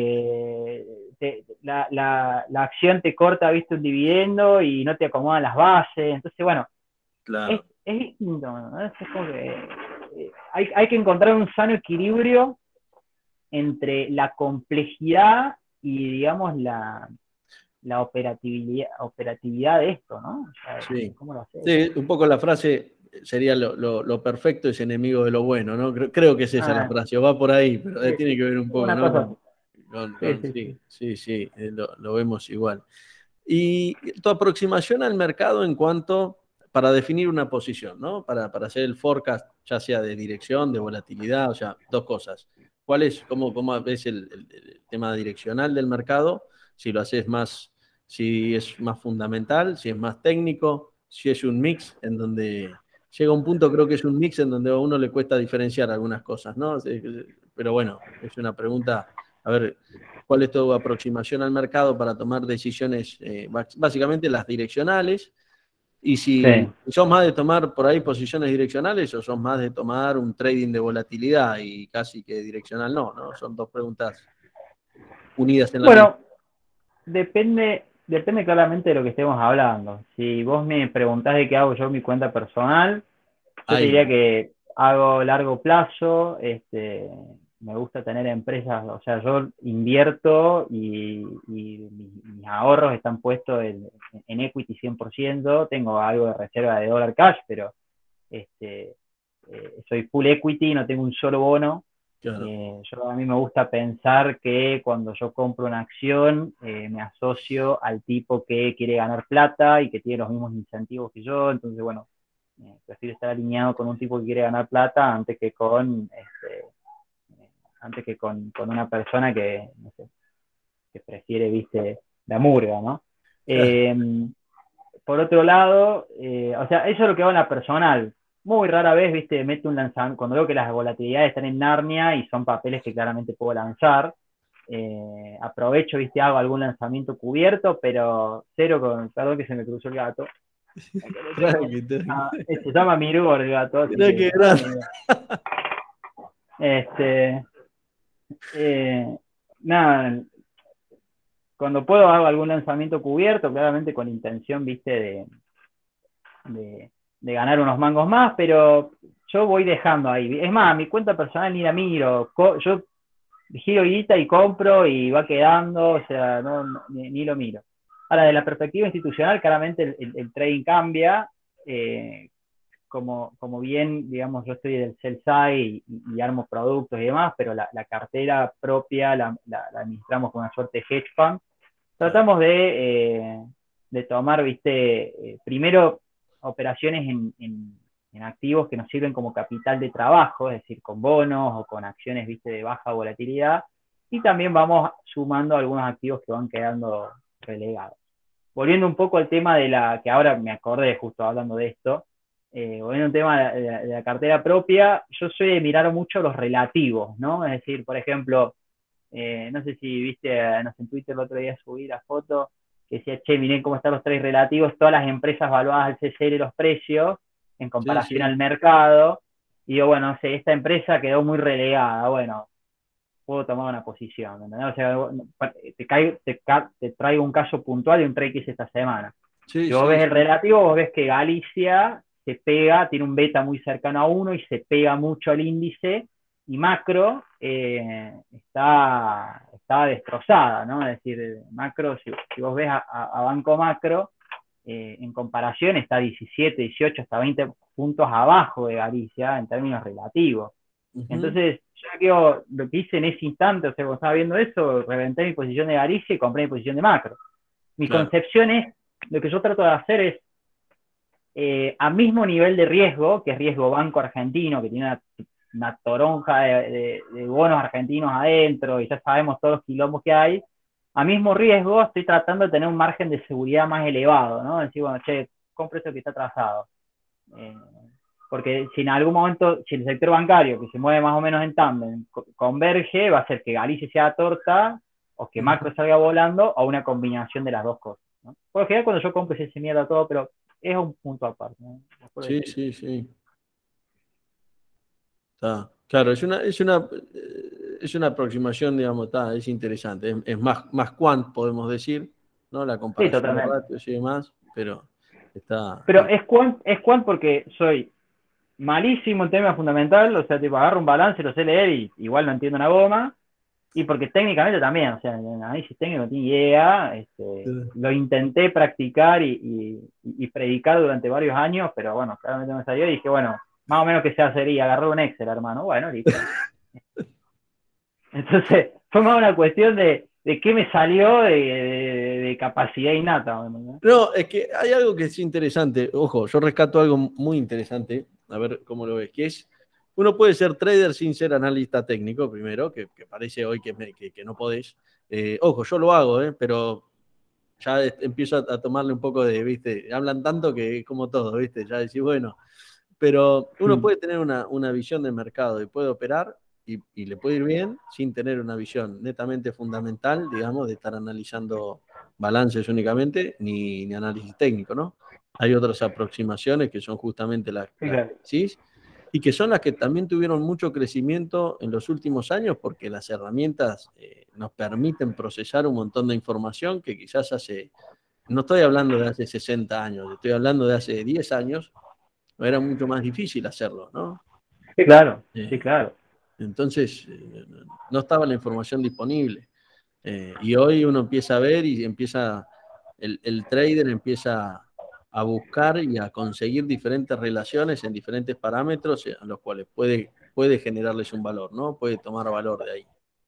la acción te corta, viste, un dividendo y no te acomodan las bases. Entonces, bueno, es, claro. es distinto, ¿no? Es como que hay que encontrar un sano equilibrio entre la complejidad y, digamos, la operatividad de esto, ¿no? O sea, Sí. ¿cómo lo haces? Sí, un poco la frase sería lo perfecto es enemigo de lo bueno, ¿no? Creo que es esa la Ah, frase, o va por ahí, pero sí, tiene que ver un poco, una ¿no? cosa así. Sí, sí, Sí, sí. sí, sí, lo vemos igual. Y tu aproximación al mercado en cuanto para definir una posición, ¿no? Para hacer el forecast, ya sea de dirección, de volatilidad, o sea, dos cosas. ¿Cómo ves el tema direccional del mercado? Si lo haces más, si es más fundamental, si es más técnico, si es un mix en donde llega un punto, creo que es un mix en donde a uno le cuesta diferenciar algunas cosas, ¿no? Pero bueno, es una pregunta, a ver, ¿cuál es tu aproximación al mercado para tomar decisiones, básicamente las direccionales? Y si Sí. sos más de tomar por ahí posiciones direccionales o sos más de tomar un trading de volatilidad y casi que direccional no, ¿no? Son dos preguntas unidas en la misma. Bueno, depende claramente de lo que estemos hablando. Si vos me preguntás de qué hago yo en mi cuenta personal, yo te Ahí diría va. que hago largo plazo, me gusta tener empresas, o sea, yo invierto y mis ahorros están puestos en equity 100%, tengo algo de reserva de dólar cash, pero este, soy full equity, no tengo un solo bono. Claro, A mí me gusta pensar que cuando yo compro una acción, me asocio al tipo que quiere ganar plata y que tiene los mismos incentivos que yo, entonces, bueno, prefiero estar alineado con un tipo que quiere ganar plata antes que con una persona que, no sé, que prefiere, viste, la murga, ¿no? claro, Eh, por otro lado, o sea, eso es lo que hago en la personal. Muy rara vez, viste, meto un lanzamiento, cuando veo que las volatilidades están en Narnia y son papeles que claramente puedo lanzar, aprovecho, viste, hago algún lanzamiento cubierto, pero cero perdón que se me cruzó el gato. Acá lo tengo. tranqui, tranqui. Se llama Mirur el gato, así Mirá que qué ahora grande. me Este, eh, nada, cuando puedo hago algún lanzamiento cubierto, claramente con intención, viste, de ganar unos mangos más, pero yo voy dejando ahí. Es más, mi cuenta personal ni la miro. Yo giro guita y compro y va quedando, o sea, ni lo miro. Ahora, de la perspectiva institucional, claramente el trading cambia. como bien, digamos, yo estoy del sell side y armo productos y demás, pero la cartera propia la administramos con una suerte de hedge fund. Tratamos de tomar, viste, primero operaciones en activos que nos sirven como capital de trabajo, es decir, con bonos o con acciones, viste, de baja volatilidad, y también vamos sumando algunos activos que van quedando relegados. Volviendo un poco al tema que ahora me acordé justo hablando de esto, volviendo al tema de la cartera propia, yo soy de mirar mucho los relativos, ¿no? Es decir, por ejemplo, no sé si viste, no sé, en Twitter el otro día subí la foto que decía, che, miren cómo están los trades relativos, todas las empresas valuadas al CCR los precios en Sí, comparación sí. al mercado. Y digo, bueno, no sé, esta empresa quedó muy relegada, bueno, puedo tomar una posición. ¿Entendés? O sea, te traigo un caso puntual de un trade que hice esta semana. Sí, Si vos sí, ves el sí. relativo, vos ves que Galicia se pega, tiene un beta muy cercano a 1 y se pega mucho al índice, y macro está destrozada, ¿no? Es decir, macro, si vos ves a Banco Macro, en comparación está 17, 18, hasta 20 puntos abajo de Galicia en términos relativos. Ujú. Entonces, yo lo que hice en ese instante, o sea, cuando estaba viendo eso, reventé mi posición de Galicia y compré mi posición de macro. Mi Claro. concepción es, lo que yo trato de hacer es, a mismo nivel de riesgo, que es riesgo banco argentino, que tiene una toronja de bonos argentinos adentro, y ya sabemos todos los quilombos que hay, a mismo riesgo estoy tratando de tener un margen de seguridad más elevado, ¿no? Decir, bueno, che, compro eso que está trazado. Eh, porque si en algún momento, si el sector bancario, que se mueve más o menos en tándem, converge, va a ser que Galicia sea torta, o que Ujú. macro salga volando, o una combinación de las dos cosas, ¿no? Por lo general cuando yo compro se mierda todo, pero es un punto aparte, ¿no? Sí, sí, sí. Está. Claro, es una aproximación, digamos, está, es interesante. Es más quant, podemos decir, ¿no? La Sí, comparación de totalmente. ratios y demás, pero está. Pero es quant porque soy malísimo en tema fundamental, o sea, tipo, agarro un balance, lo sé leer y igual no entiendo una goma, y porque técnicamente también, o sea, en análisis técnico no tengo idea, lo intenté practicar y predicar durante varios años, pero bueno, claramente no me salió y dije, bueno, más o menos que se hacería, agarré un Excel, hermano, bueno, listo. Entonces, fue más una cuestión de qué me salió de capacidad innata, ¿no? No, es que hay algo que es interesante. Ojo, yo rescato algo muy interesante, a ver cómo lo ves, que es, uno puede ser trader sin ser analista técnico, primero, que parece hoy que no podés. Ojo, yo lo hago, pero ya empiezo a tomarle un poco de, viste, hablan tanto que es como todo, viste, ya decís, bueno, pero uno puede tener una visión de mercado y puede operar y le puede ir bien sin tener una visión netamente fundamental, digamos, de estar analizando balances únicamente, ni análisis técnico, ¿no? Hay otras aproximaciones que son justamente Sí, las claro. que decís y que son las que también tuvieron mucho crecimiento en los últimos años porque las herramientas nos permiten procesar un montón de información que quizás no estoy hablando de hace 60 años, estoy hablando de hace 10 años, era mucho más difícil hacerlo, ¿no? Sí, claro, sí, Eh, claro. entonces, no estaba la información disponible. Y hoy uno empieza a ver y el trader empieza a buscar y a conseguir diferentes relaciones en diferentes parámetros a los cuales puede generarles un valor, ¿no? Puede tomar valor de ahí.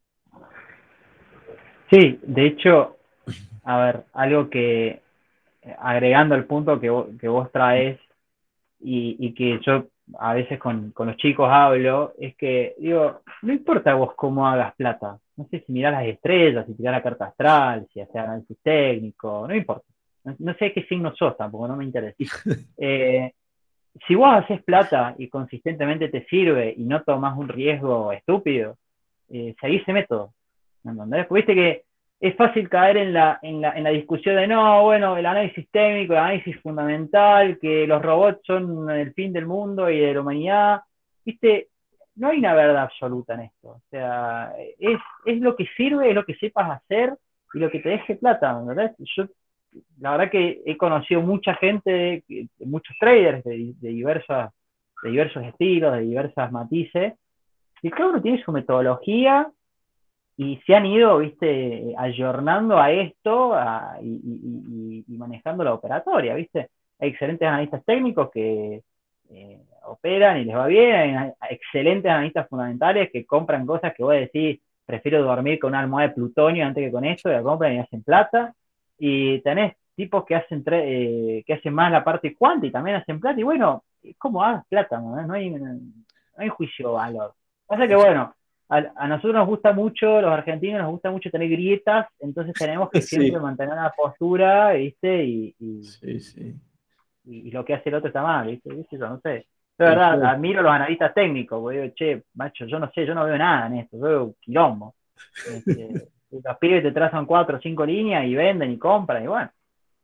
Sí, de hecho, a ver, algo que, agregando el punto que vos traes y que yo a veces con los chicos hablo, es que digo, no importa vos cómo hagas plata, no sé si mirás las estrellas, si tirás la carta astral, si haces análisis técnico, no importa. No sé qué signo sos tampoco, no me interesa. Eh, si vos haces plata y consistentemente te sirve y no tomás un riesgo estúpido, seguís ese método. ¿Me entendés? Porque viste que es fácil caer en la discusión de no, bueno, el análisis técnico, el análisis fundamental, que los robots son el fin del mundo y de la humanidad. Viste, no hay una verdad absoluta en esto. O sea, es lo que sirve, es lo que sepas hacer y lo que te deje plata. ¿Me entendés? Yo la verdad que he conocido mucha gente, muchos traders de diversos estilos, de diversas matices, y cada uno tiene su metodología y se han ido, viste, ayornando a esto y manejando la operatoria, viste. Hay excelentes analistas técnicos que operan y les va bien, hay excelentes analistas fundamentales que compran cosas que vos decís, prefiero dormir con una almohada de plutonio antes que con esto, y la compran y hacen plata, y tenés tipos que hacen más la parte cuanta y también hacen plata, y bueno, ¿cómo hagas plata? No hay juicio de valor. Pasa que bueno, a nosotros nos gusta mucho, los argentinos nos gusta mucho tener grietas, entonces tenemos que siempre Sí, mantener una postura, ¿viste? sí, sí. Y lo que hace el otro está mal, ¿viste? ¿Viste? Yo no sé. De Y verdad, yo- admiro a los analistas técnicos, porque digo, che, macho, yo no sé, yo no veo nada en esto, yo veo quilombo. Los pibes te trazan 4 o 5 líneas y venden y compran, y bueno.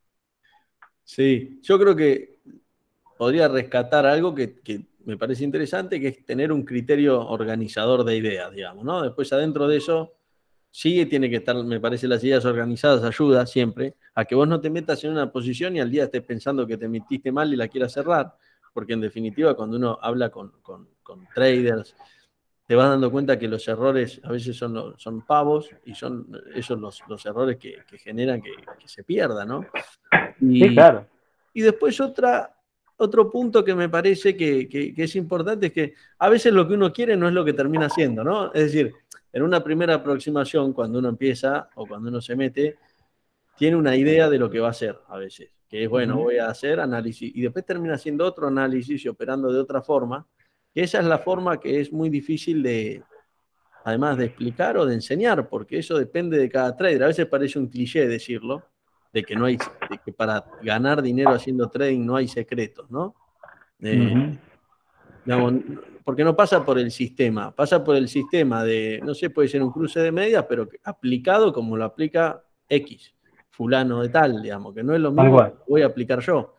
sí, yo creo que podría rescatar algo que me parece interesante, que es tener un criterio organizador de ideas, digamos, ¿no? Después adentro de eso, sí tiene que estar, me parece, las ideas organizadas ayuda siempre a que vos no te metas en una posición y al día estés pensando que te metiste mal y la quieras cerrar, porque en definitiva cuando uno habla con traders, te vas dando cuenta que los errores a veces son pavos y son esos los errores que generan que se pierda, ¿no? Sí, Y, claro. y después otro punto que me parece que es importante es que a veces lo que uno quiere no es lo que termina haciendo, ¿no? Es decir, en una primera aproximación, cuando uno empieza o cuando uno se mete, tiene una idea de lo que va a hacer a veces, que es, bueno, Ujú, voy a hacer análisis y después termina haciendo otro análisis y operando de otra forma, que esa es la forma que es muy difícil de, además de explicar o de enseñar, porque eso depende de cada trader. A veces parece un cliché decirlo, de que no hay, de que para ganar dinero haciendo trading no hay secretos, ¿no? Eh, ujú. digamos, porque no pasa por el sistema, pasa por el sistema de, no sé, puede ser un cruce de medias, pero aplicado como lo aplica X, fulano de tal, digamos, que no es lo Tal mismo que cual. voy a aplicar yo.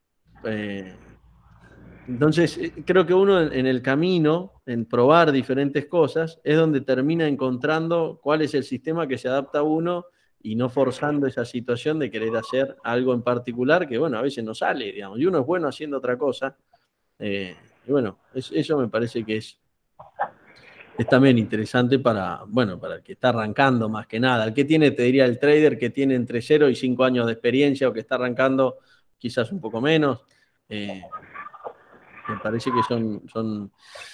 Entonces, creo que uno en el camino, en probar diferentes cosas, es donde termina encontrando cuál es el sistema que se adapta a uno y no forzando esa situación de querer hacer algo en particular que, bueno, a veces no sale, digamos, y uno es bueno haciendo otra cosa. Y bueno, eso me parece que es también interesante para, bueno, para el que está arrancando más que nada. El que tiene, te diría, el trader que tiene entre 0 y 5 años de experiencia o que está arrancando quizás un poco menos. Eh, Me parece que son...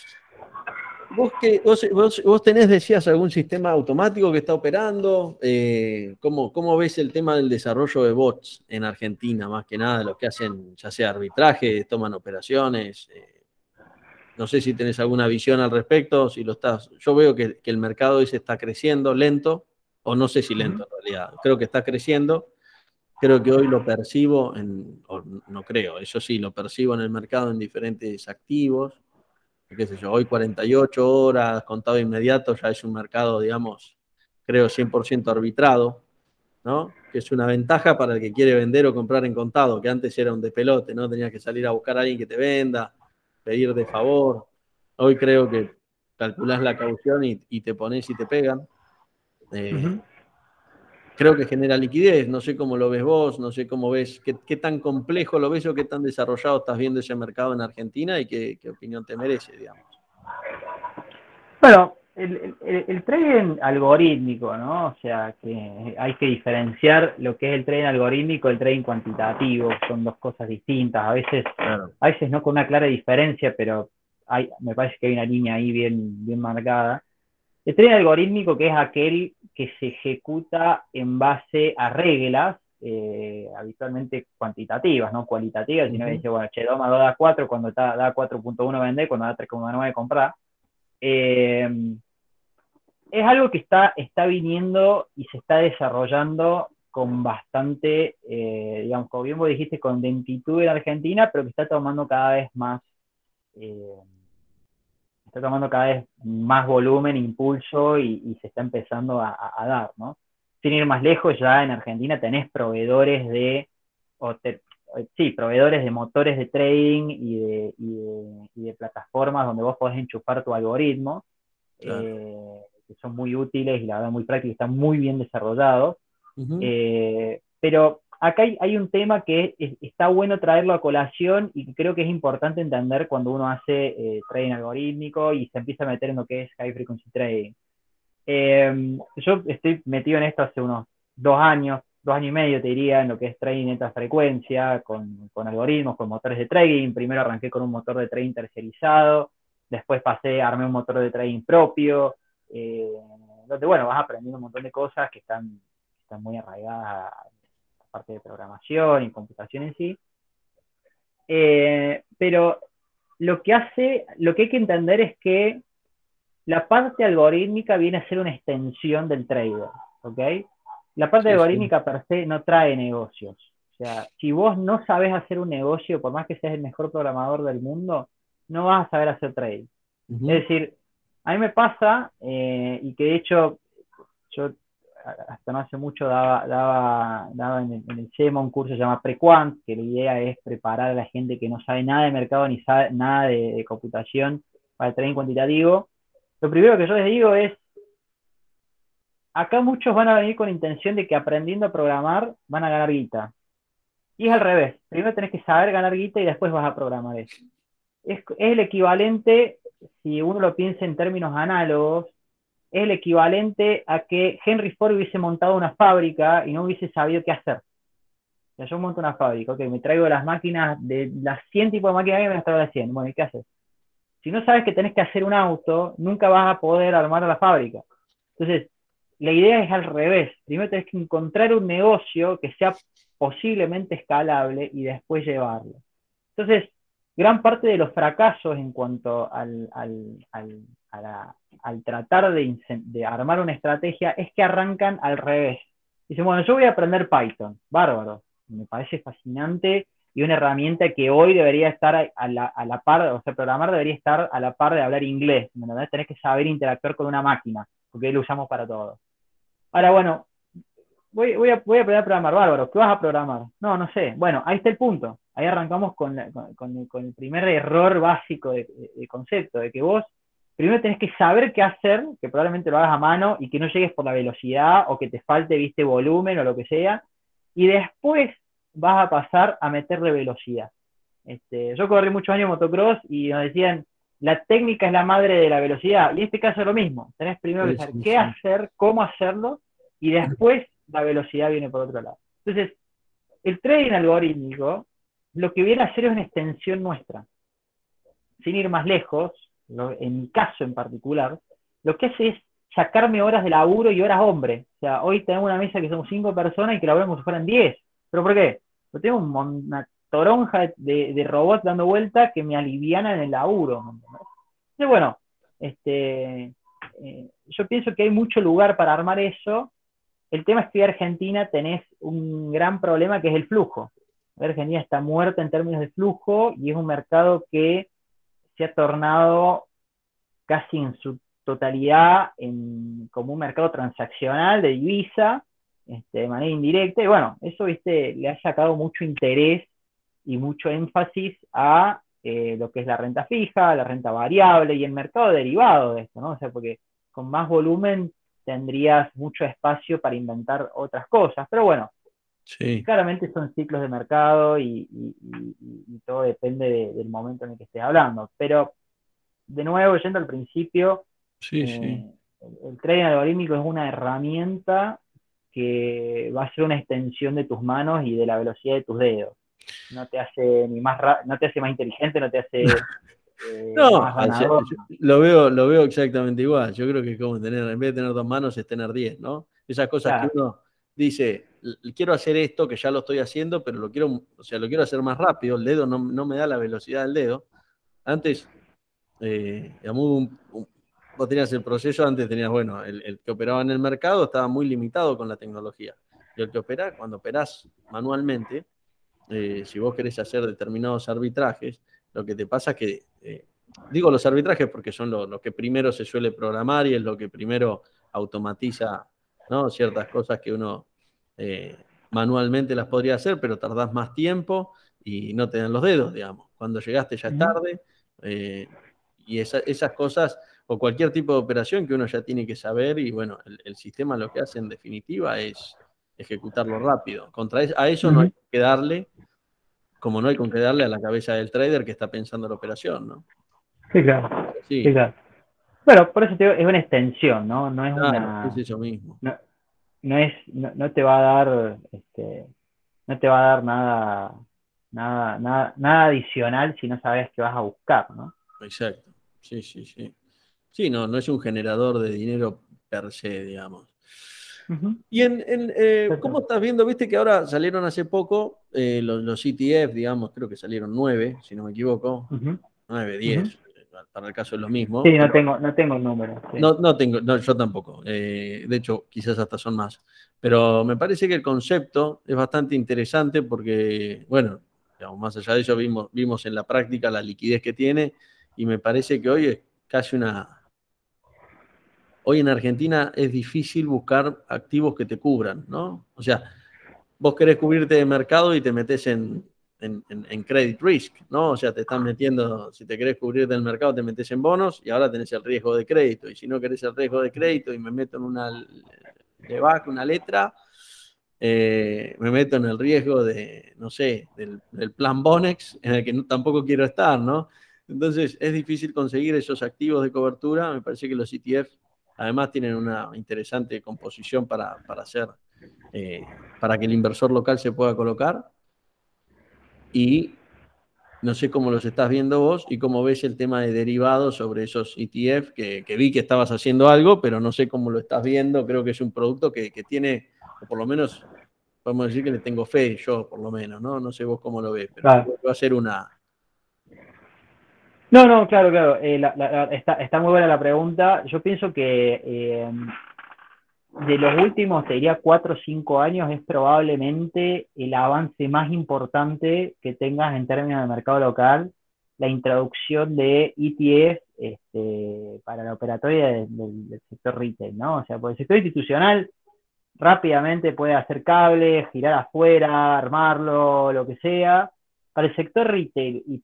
¿Vos tenés, decías, algún sistema automático que está operando? ¿Cómo ves el tema del desarrollo de bots en Argentina, más que nada, los que hacen, ya sea arbitraje, toman operaciones? No sé si tenés alguna visión al respecto, si lo estás... Yo veo que el mercado ese está creciendo lento, o no sé si lento Ujú. en realidad, creo que está creciendo. Creo que hoy lo percibo o no creo, eso sí, lo percibo en el mercado en diferentes activos, qué sé yo, hoy 48 horas, contado inmediato, ya es un mercado, digamos, creo 100% arbitrado, ¿no? Que es una ventaja para el que quiere vender o comprar en contado, que antes era un despelote, ¿no? Tenías que salir a buscar a alguien que te venda, pedir de favor. Hoy creo que calculás la caución y te pones y te pegan. Ujú. Eh, Creo que genera liquidez, no sé cómo lo ves vos, no sé cómo ves, qué tan complejo lo ves o qué tan desarrollado estás viendo ese mercado en Argentina y qué opinión te merece, digamos. Bueno, el trading algorítmico, ¿no? O sea, que hay que diferenciar lo que es el trading algorítmico del trading cuantitativo, son dos cosas distintas, Claro. a veces no con una clara diferencia, pero me parece que hay una línea ahí bien marcada. El trading algorítmico, que es aquel que se ejecuta en base a reglas, habitualmente cuantitativas, no cualitativas, sino que Ujú. dice, bueno, che, 2 más 2 da 4, cuando da 4.1 vender, cuando da 3.9 comprar. Eh, es algo que está viniendo y se está desarrollando con bastante, digamos, como bien vos dijiste, con lentitud en Argentina, pero que eh, está tomando cada vez más volumen, impulso y se está empezando a dar, ¿no? Sin ir más lejos, ya en Argentina tenés proveedores o te- sí, proveedores de motores de trading y de plataformas donde vos podés enchufar tu algoritmo, Claro. que son muy útiles y la verdad muy prácticos, están muy bien desarrollados. Ujú. Pero acá hay un tema que está bueno traerlo a colación y que creo que es importante entender cuando uno hace trading algorítmico y se empieza a meter en lo que es high frequency trading. Yo estoy metido en esto hace unos 2 años, 2 años y medio, te diría, en lo que es trading de alta frecuencia, con algoritmos, con motores de trading. Primero arranqué con un motor de trading terciarizado, después armé un motor de trading propio, donde, bueno, vas aprendiendo un montón de cosas que están muy arraigadas a la parte de programación y computación en sí. Pero lo que hay que entender es que la parte algorítmica viene a ser una extensión del trader, ¿ok? La parte Sí, sí. algorítmica per se no trae negocios. O sea, si vos no sabes hacer un negocio, por más que seas el mejor programador del mundo, no vas a saber hacer trading. Es Ujú. decir, a mí me pasa, y que de hecho yo hasta no hace mucho daba en el CEMA un curso que se llama Prequant, que la idea es preparar a la gente que no sabe nada de mercado ni sabe nada de computación para el trading cuantitativo. Lo primero que yo les digo es, acá muchos van a venir con intención de que aprendiendo a programar van a ganar guita. Y es al revés. Primero tenés que saber ganar guita y después vas a programar eso. Es el equivalente, si uno lo piensa en términos análogos, es el equivalente a que Henry Ford hubiese montado una fábrica y no hubiese sabido qué hacer. O sea, yo monto una fábrica, ok, me traigo las máquinas, de las 100 tipos de máquinas que me las traigo las 100. Bueno, ¿y qué haces? Si no sabes que tenés que hacer un auto, nunca vas a poder armar la fábrica. Entonces, la idea es al revés. Primero tenés que encontrar un negocio que sea posiblemente escalable y después llevarlo. Entonces, gran parte de los fracasos en cuanto al tratar de armar una estrategia es que arrancan al revés. Dicen, bueno, yo voy a aprender Python. Bárbaro. Me parece fascinante y una herramienta que hoy debería estar a la par, o sea, programar debería estar a la par de hablar inglés. ¿Entendés? Tenés que saber interactuar con una máquina, porque hoy lo usamos para todo. Ahora, bueno, voy a aprender a programar, bárbaro. ¿Qué vas a programar? No, no sé. Bueno, ahí está el punto. Ahí arrancamos con el primer error básico de concepto, de que vos primero tenés que saber qué hacer, que probablemente lo hagas a mano y que no llegues por la velocidad o que te falte, viste, volumen o lo que sea, y después vas a pasar a meterle velocidad. Yo corrí muchos años motocross y nos decían, la técnica es la madre de la velocidad, y en este caso es lo mismo. Tenés primero que Sí, saber sí, qué sí. hacer, cómo hacerlo, y después la velocidad viene por otro lado. Entonces, el trading algorítmico lo que viene a hacer es una extensión nuestra. Sin ir más lejos, en mi caso en particular, lo que hace es sacarme horas de laburo y horas hombre. O sea, hoy tenemos una mesa que somos 5 personas y que laburamos como si fueran 10. ¿Pero por qué? Porque tengo una toronja de robots dando vuelta que me alivianan el laburo. Entonces, bueno, yo pienso que hay mucho lugar para armar eso. El tema es que en Argentina tenés un gran problema que es el flujo. Argentina está muerta en términos de flujo y es un mercado que se ha tornado casi en su totalidad como un mercado transaccional de divisa, de manera indirecta. Y bueno, eso le ha sacado mucho interés y mucho énfasis a lo que es la renta fija, la renta variable y el mercado derivado de esto, ¿no? O sea, porque con más volumen tendrías mucho espacio para inventar otras cosas. Pero bueno, Sí, claramente son ciclos de mercado y todo depende del momento en el que estés hablando. Pero, de nuevo, yendo al principio, sí, sí. el trading algorítmico es una herramienta que va a ser una extensión de tus manos y de la velocidad de tus dedos. No te hace no te hace más inteligente, no te hace No, más ganador. yo lo veo exactamente igual. Yo creo que es como tener, en vez de tener 2 manos, es tener 10, ¿no? Esas cosas que Claro, uno dice, quiero hacer esto, que ya lo estoy haciendo, pero lo quiero, o sea, lo quiero hacer más rápido, el dedo no me da la velocidad del dedo. Antes, digamos, vos tenías el proceso, antes tenías, bueno, el que operaba en el mercado estaba muy limitado con la tecnología. Y el que opera, cuando operás manualmente, si vos querés hacer determinados arbitrajes, lo que te pasa es que, digo los arbitrajes porque son lo que primero se suele programar y es lo que primero automatiza, ¿no? Ciertas cosas que uno manualmente las podría hacer, pero tardás más tiempo y no te dan los dedos, digamos. Cuando llegaste ya es uh-huh. tarde, eh, y esas cosas, o cualquier tipo de operación que uno ya tiene que saber, y bueno, el sistema lo que hace en definitiva es ejecutarlo rápido. A eso no hay Uh-huh. que darle, como no hay con qué darle a la cabeza del trader que está pensando la operación, ¿no? Sí, claro. Sí, Sí, claro. Bueno, por eso te digo, es una extensión, ¿no? No es claro, es una. eso mismo. No, no te va a dar, no te va a dar nada adicional si no sabes qué vas a buscar, ¿no? Exacto. Sí, sí, sí. Sí, no, no es un generador de dinero per se, digamos. Ujú. Y ¿cómo estás viendo? Viste que ahora salieron hace poco los ETF, digamos, creo que salieron 9, si no me equivoco, Ujú, 9, ujú. 10, para el caso es lo Sí, mismo, no pero tengo, no tengo el número. Sí. no tengo, no, yo tampoco. De hecho, quizás hasta son más. Pero me parece que el concepto es bastante interesante porque, bueno, digamos, más allá de eso, vimos en la práctica la liquidez que tiene y me parece que hoy es casi una. Hoy en Argentina es difícil buscar activos que te cubran, ¿no? O sea, vos querés cubrirte de mercado y te metes en credit risk, ¿no? O sea, te están metiendo, si te querés cubrir del mercado, te metes en bonos y ahora tenés el riesgo de crédito. Y si no querés el riesgo de crédito y me meto en una LEVAC, una letra, me meto en el riesgo de, no sé, del plan Bonex, en el que tampoco quiero estar, ¿no? Entonces es difícil conseguir esos activos de cobertura. Me parece que los ETF además tienen una interesante composición para hacer para que el inversor local se pueda colocar. Y no sé cómo los estás viendo vos y cómo ves el tema de derivados sobre esos ETF, que vi que estabas haciendo algo, pero no sé cómo lo estás viendo. Creo que es un producto que tiene, o por lo menos podemos decir que le tengo fe, yo por lo menos, ¿no? No sé vos cómo lo ves, pero Claro. creo que va a ser una. No, no, claro, claro. Está muy buena la pregunta. Yo pienso que de los últimos, te diría, 4 o 5 años, es probablemente el avance más importante que tengas en términos de mercado local, la introducción de ETF para la operatoria del sector retail, ¿no? O sea, por el sector institucional rápidamente puede hacer cables, girar afuera, armarlo, lo que sea. Para el sector retail y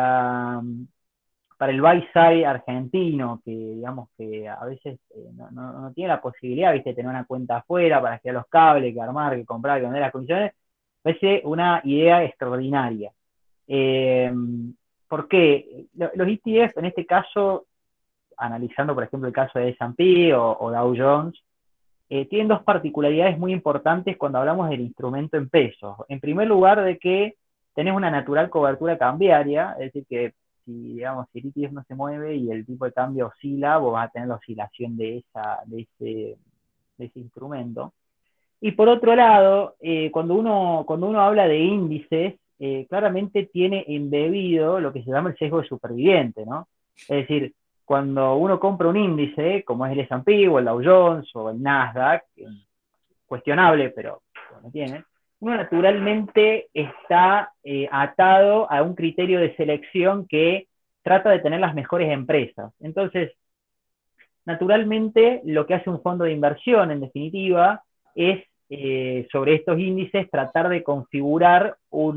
para el buy side argentino, que digamos que a veces no tiene la posibilidad, viste, de tener una cuenta afuera para girar los cables, que armar, que comprar, que vender las condiciones, parece una idea extraordinaria. Eh, ¿Por qué? Los ETF, en este caso, analizando por ejemplo el caso de S&P o Dow Jones, tienen dos particularidades muy importantes cuando hablamos del instrumento en pesos. En primer lugar, de que tenés una natural cobertura cambiaria, es decir, que si, digamos, si el ETF no se mueve y el tipo de cambio oscila, vos vas a tener la oscilación de ese instrumento. Y por otro lado, cuando uno habla de índices, claramente tiene embebido lo que se llama el sesgo de superviviente, ¿no? Es decir, cuando uno compra un índice, como es el S&P o el Dow Jones o el Nasdaq, cuestionable, pero lo tiene, uno naturalmente está atado a un criterio de selección que trata de tener las mejores empresas. Entonces, naturalmente, lo que hace un fondo de inversión, en definitiva, es sobre estos índices tratar de configurar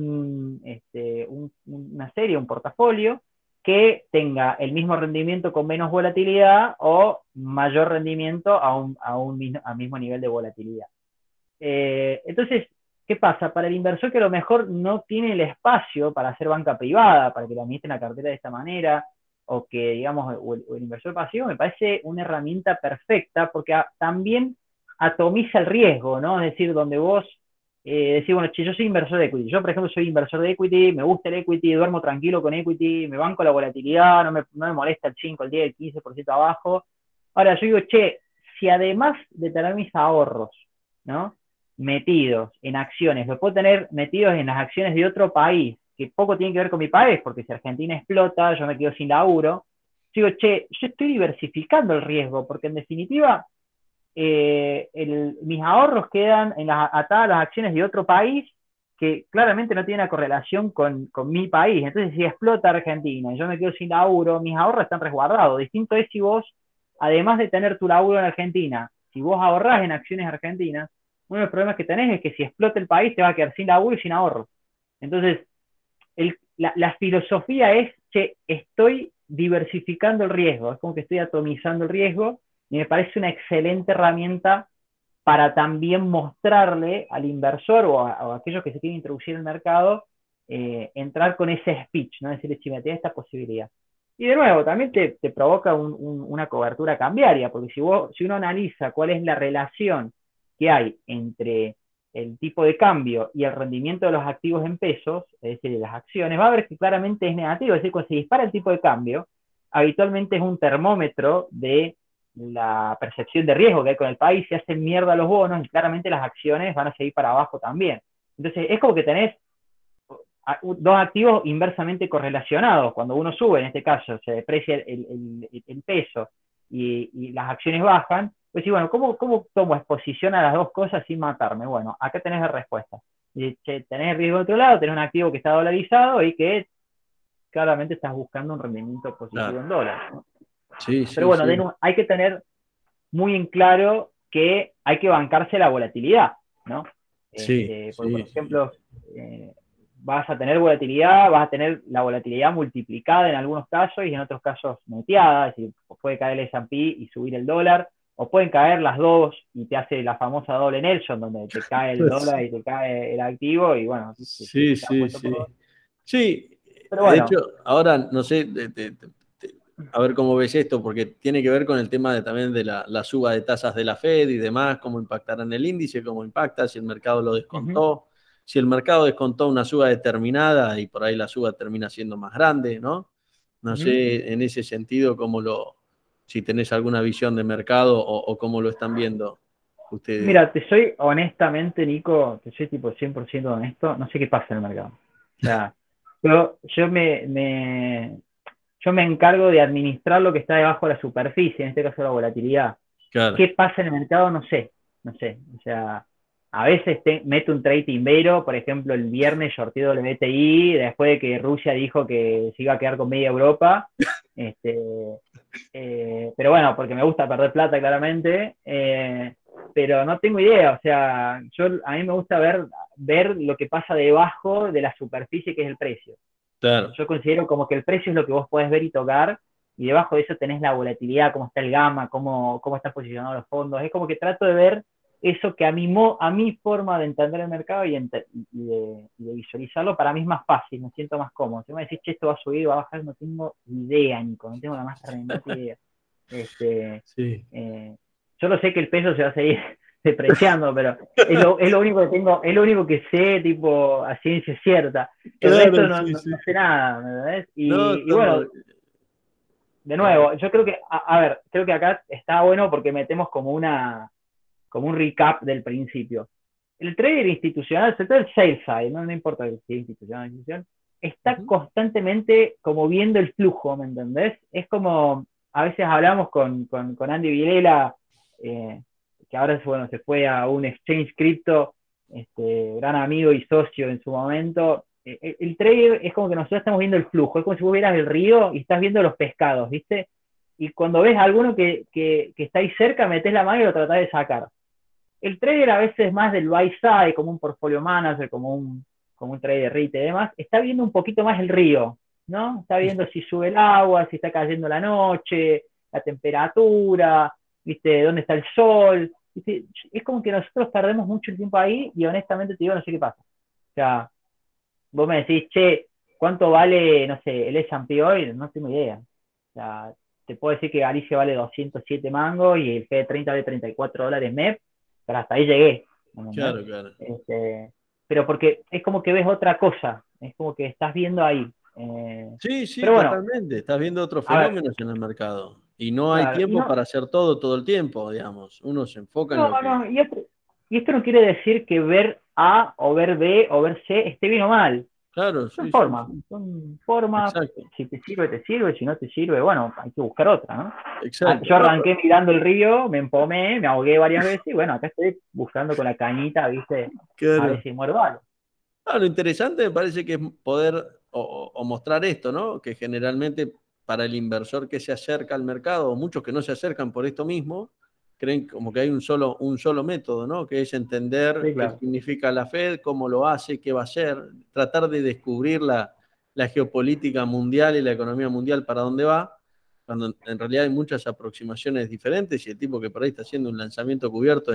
una serie, un portafolio que tenga el mismo rendimiento con menos volatilidad o mayor rendimiento a mismo nivel de volatilidad. Entonces, ¿qué pasa? Para el inversor que a lo mejor no tiene el espacio para hacer banca privada, para que le administren la cartera de esta manera, o que, digamos, o el inversor pasivo, me parece una herramienta perfecta porque también atomiza el riesgo, ¿no? Es decir, donde vos decís, bueno, che, yo soy inversor de equity. Yo, por ejemplo, soy inversor de equity, me gusta el equity, duermo tranquilo con equity, me banco la volatilidad, no me molesta el 5, el 10, el 15% abajo. Ahora, yo digo, che, si además de tener mis ahorros, ¿no? Metidos en acciones, lo puedo tener metidos en las acciones de otro país, que poco tiene que ver con mi país, porque si Argentina explota, yo me quedo sin laburo. Digo, che, yo estoy diversificando el riesgo, porque en definitiva, mis ahorros quedan atadas a las acciones de otro país que claramente no tiene una correlación con mi país. Entonces, si explota Argentina y yo me quedo sin laburo, mis ahorros están resguardados. Distinto es si vos, además de tener tu laburo en Argentina, si vos ahorrás en acciones argentinas, uno de los problemas que tenés es que si explota el país te va a quedar sin laburo y sin ahorros. Entonces, la filosofía es que estoy diversificando el riesgo, es como que estoy atomizando el riesgo y me parece una excelente herramienta para también mostrarle al inversor o a aquellos que se quieren introducir en el mercado, entrar con ese speech, ¿no? Decirle, si me tiene esta posibilidad. Y de nuevo, también te provoca una cobertura cambiaria, porque si uno analiza cuál es la relación que hay entre el tipo de cambio y el rendimiento de los activos en pesos, es decir, de las acciones, va a ver que claramente es negativo. Es decir, cuando se dispara el tipo de cambio, habitualmente es un termómetro de la percepción de riesgo que hay con el país, se hacen mierda los bonos y claramente las acciones van a seguir para abajo también. Entonces, es como que tenés dos activos inversamente correlacionados. Cuando uno sube, en este caso, se deprecia el peso y las acciones bajan, pues sí, bueno, ¿cómo tomo exposición a las dos cosas sin matarme? Bueno, acá tenés la respuesta. Tenés riesgo de otro lado, tenés un activo que está dolarizado y que claramente estás buscando un rendimiento positivo en dólares, ¿no? Sí, Pero sí, sí. bueno, hay que tener muy en claro que hay que bancarse la volatilidad, ¿no? Sí, Porque, por sí, sí. ejemplo, vas a tener volatilidad, vas a tener la volatilidad multiplicada en algunos casos y en otros casos neteada, es decir, puede caer el S&P y subir el dólar, o pueden caer las dos y te hace la famosa doble Nelson, donde te cae el dólar y te cae el activo y bueno, Sí, se ha sí, puesto por... sí. Sí, Pero de bueno. hecho, ahora no sé, a ver cómo ves esto, porque tiene que ver con el tema también de la suba de tasas de la Fed y demás, cómo impactará en el índice, cómo impacta, si el mercado lo descontó, si el mercado descontó una suba determinada y por ahí la suba termina siendo más grande, ¿no? No sé, en ese sentido, si tenés alguna visión de mercado o cómo lo están viendo ustedes. Mira, te soy honestamente, Nico, te soy tipo 100% honesto, no sé qué pasa en el mercado. O sea, yo me encargo de administrar lo que está debajo de la superficie, en este caso la volatilidad. Claro. ¿Qué pasa en el mercado? No sé. O sea, a veces meto un trade timbero, por ejemplo, el viernes shorté WTI, después de que Rusia dijo que se iba a quedar con media Europa. Este, pero bueno, porque me gusta perder plata, claramente. Pero no tengo idea, o sea, a mí me gusta ver lo que pasa debajo de la superficie, que es el precio. Claro, Yo considero como que el precio es lo que vos podés ver y tocar, y debajo de eso tenés la volatilidad, cómo está el gamma, cómo están posicionados los fondos. Es como que trato de ver eso que a mi forma de entender el mercado y de visualizarlo, para mí es más fácil, me siento más cómodo. Si me decís, che, esto va a subir, va a bajar, no tengo idea, Nico, no tengo la más remota idea. Este, sí. yo lo sé que el peso se va a seguir depreciando, pero es lo único que tengo, es lo único que sé, tipo, a ciencia cierta. El resto Claro, sí, no sí. sé nada, ¿me ves? No, Y estamos. bueno, de nuevo, yo creo que, a ver, creo que acá está bueno porque metemos como un recap del principio. El trader institucional, sobre todo el sales side, no importa si es institucional o institución, está Ujú. constantemente como viendo el flujo, ¿me entendés? Es como, a veces hablamos con Andy Vilela, eh, que ahora bueno, se fue a un exchange cripto, gran amigo y socio en su momento. El trader es como que nosotros estamos viendo el flujo, es como si vos vieras el río y estás viendo los pescados, ¿viste? Y cuando ves a alguno que está ahí cerca, metés la mano y lo tratás de sacar. El trader a veces más del buy side, como un portfolio manager, como un trader REIT y demás, está viendo un poquito más el río, ¿no? Está viendo si sube el agua, si está cayendo la noche, la temperatura, ¿viste? ¿Dónde está el sol? ¿Viste? Es como que nosotros perdemos mucho el tiempo ahí y honestamente te digo, no sé qué pasa. O sea, vos me decís, che, ¿cuánto vale, no sé, el S&P hoy? No tengo idea. O sea, te puedo decir que Galicia vale 207 mangos y el F30 vale $34 MEP, pero hasta ahí llegué. ¿Entendés? Claro, claro. Pero porque es como que ves otra cosa, es como que estás viendo ahí. Sí, sí, Pero bueno, totalmente. Estás viendo otros a ver, fenómenos en el mercado. Y no hay claro, y tiempo no, para hacer todo el tiempo, digamos. Uno se enfoca en no, lo que. no, y esto no quiere decir que ver A o ver B o ver C esté bien o mal. Claro, sí, sí, sí. Son formas, Exacto, si te sirve, si no te sirve, bueno, hay que buscar otra, ¿no? exacto. Yo No, arranqué mirando el río, me empomé, me ahogué varias veces y bueno, acá estoy buscando con la cañita, ¿viste? A ver claro. si muerdo algo. Ah, lo interesante me parece que es poder o mostrar esto, ¿no? Que generalmente para el inversor que se acerca al mercado, o muchos que no se acercan por esto mismo, creen como que hay un solo método, ¿no? Que es entender Sí, qué claro. significa la Fed, cómo lo hace, qué va a hacer, tratar de descubrir la geopolítica mundial y la economía mundial para dónde va, cuando en realidad hay muchas aproximaciones diferentes y el tipo que por ahí está haciendo un lanzamiento cubierto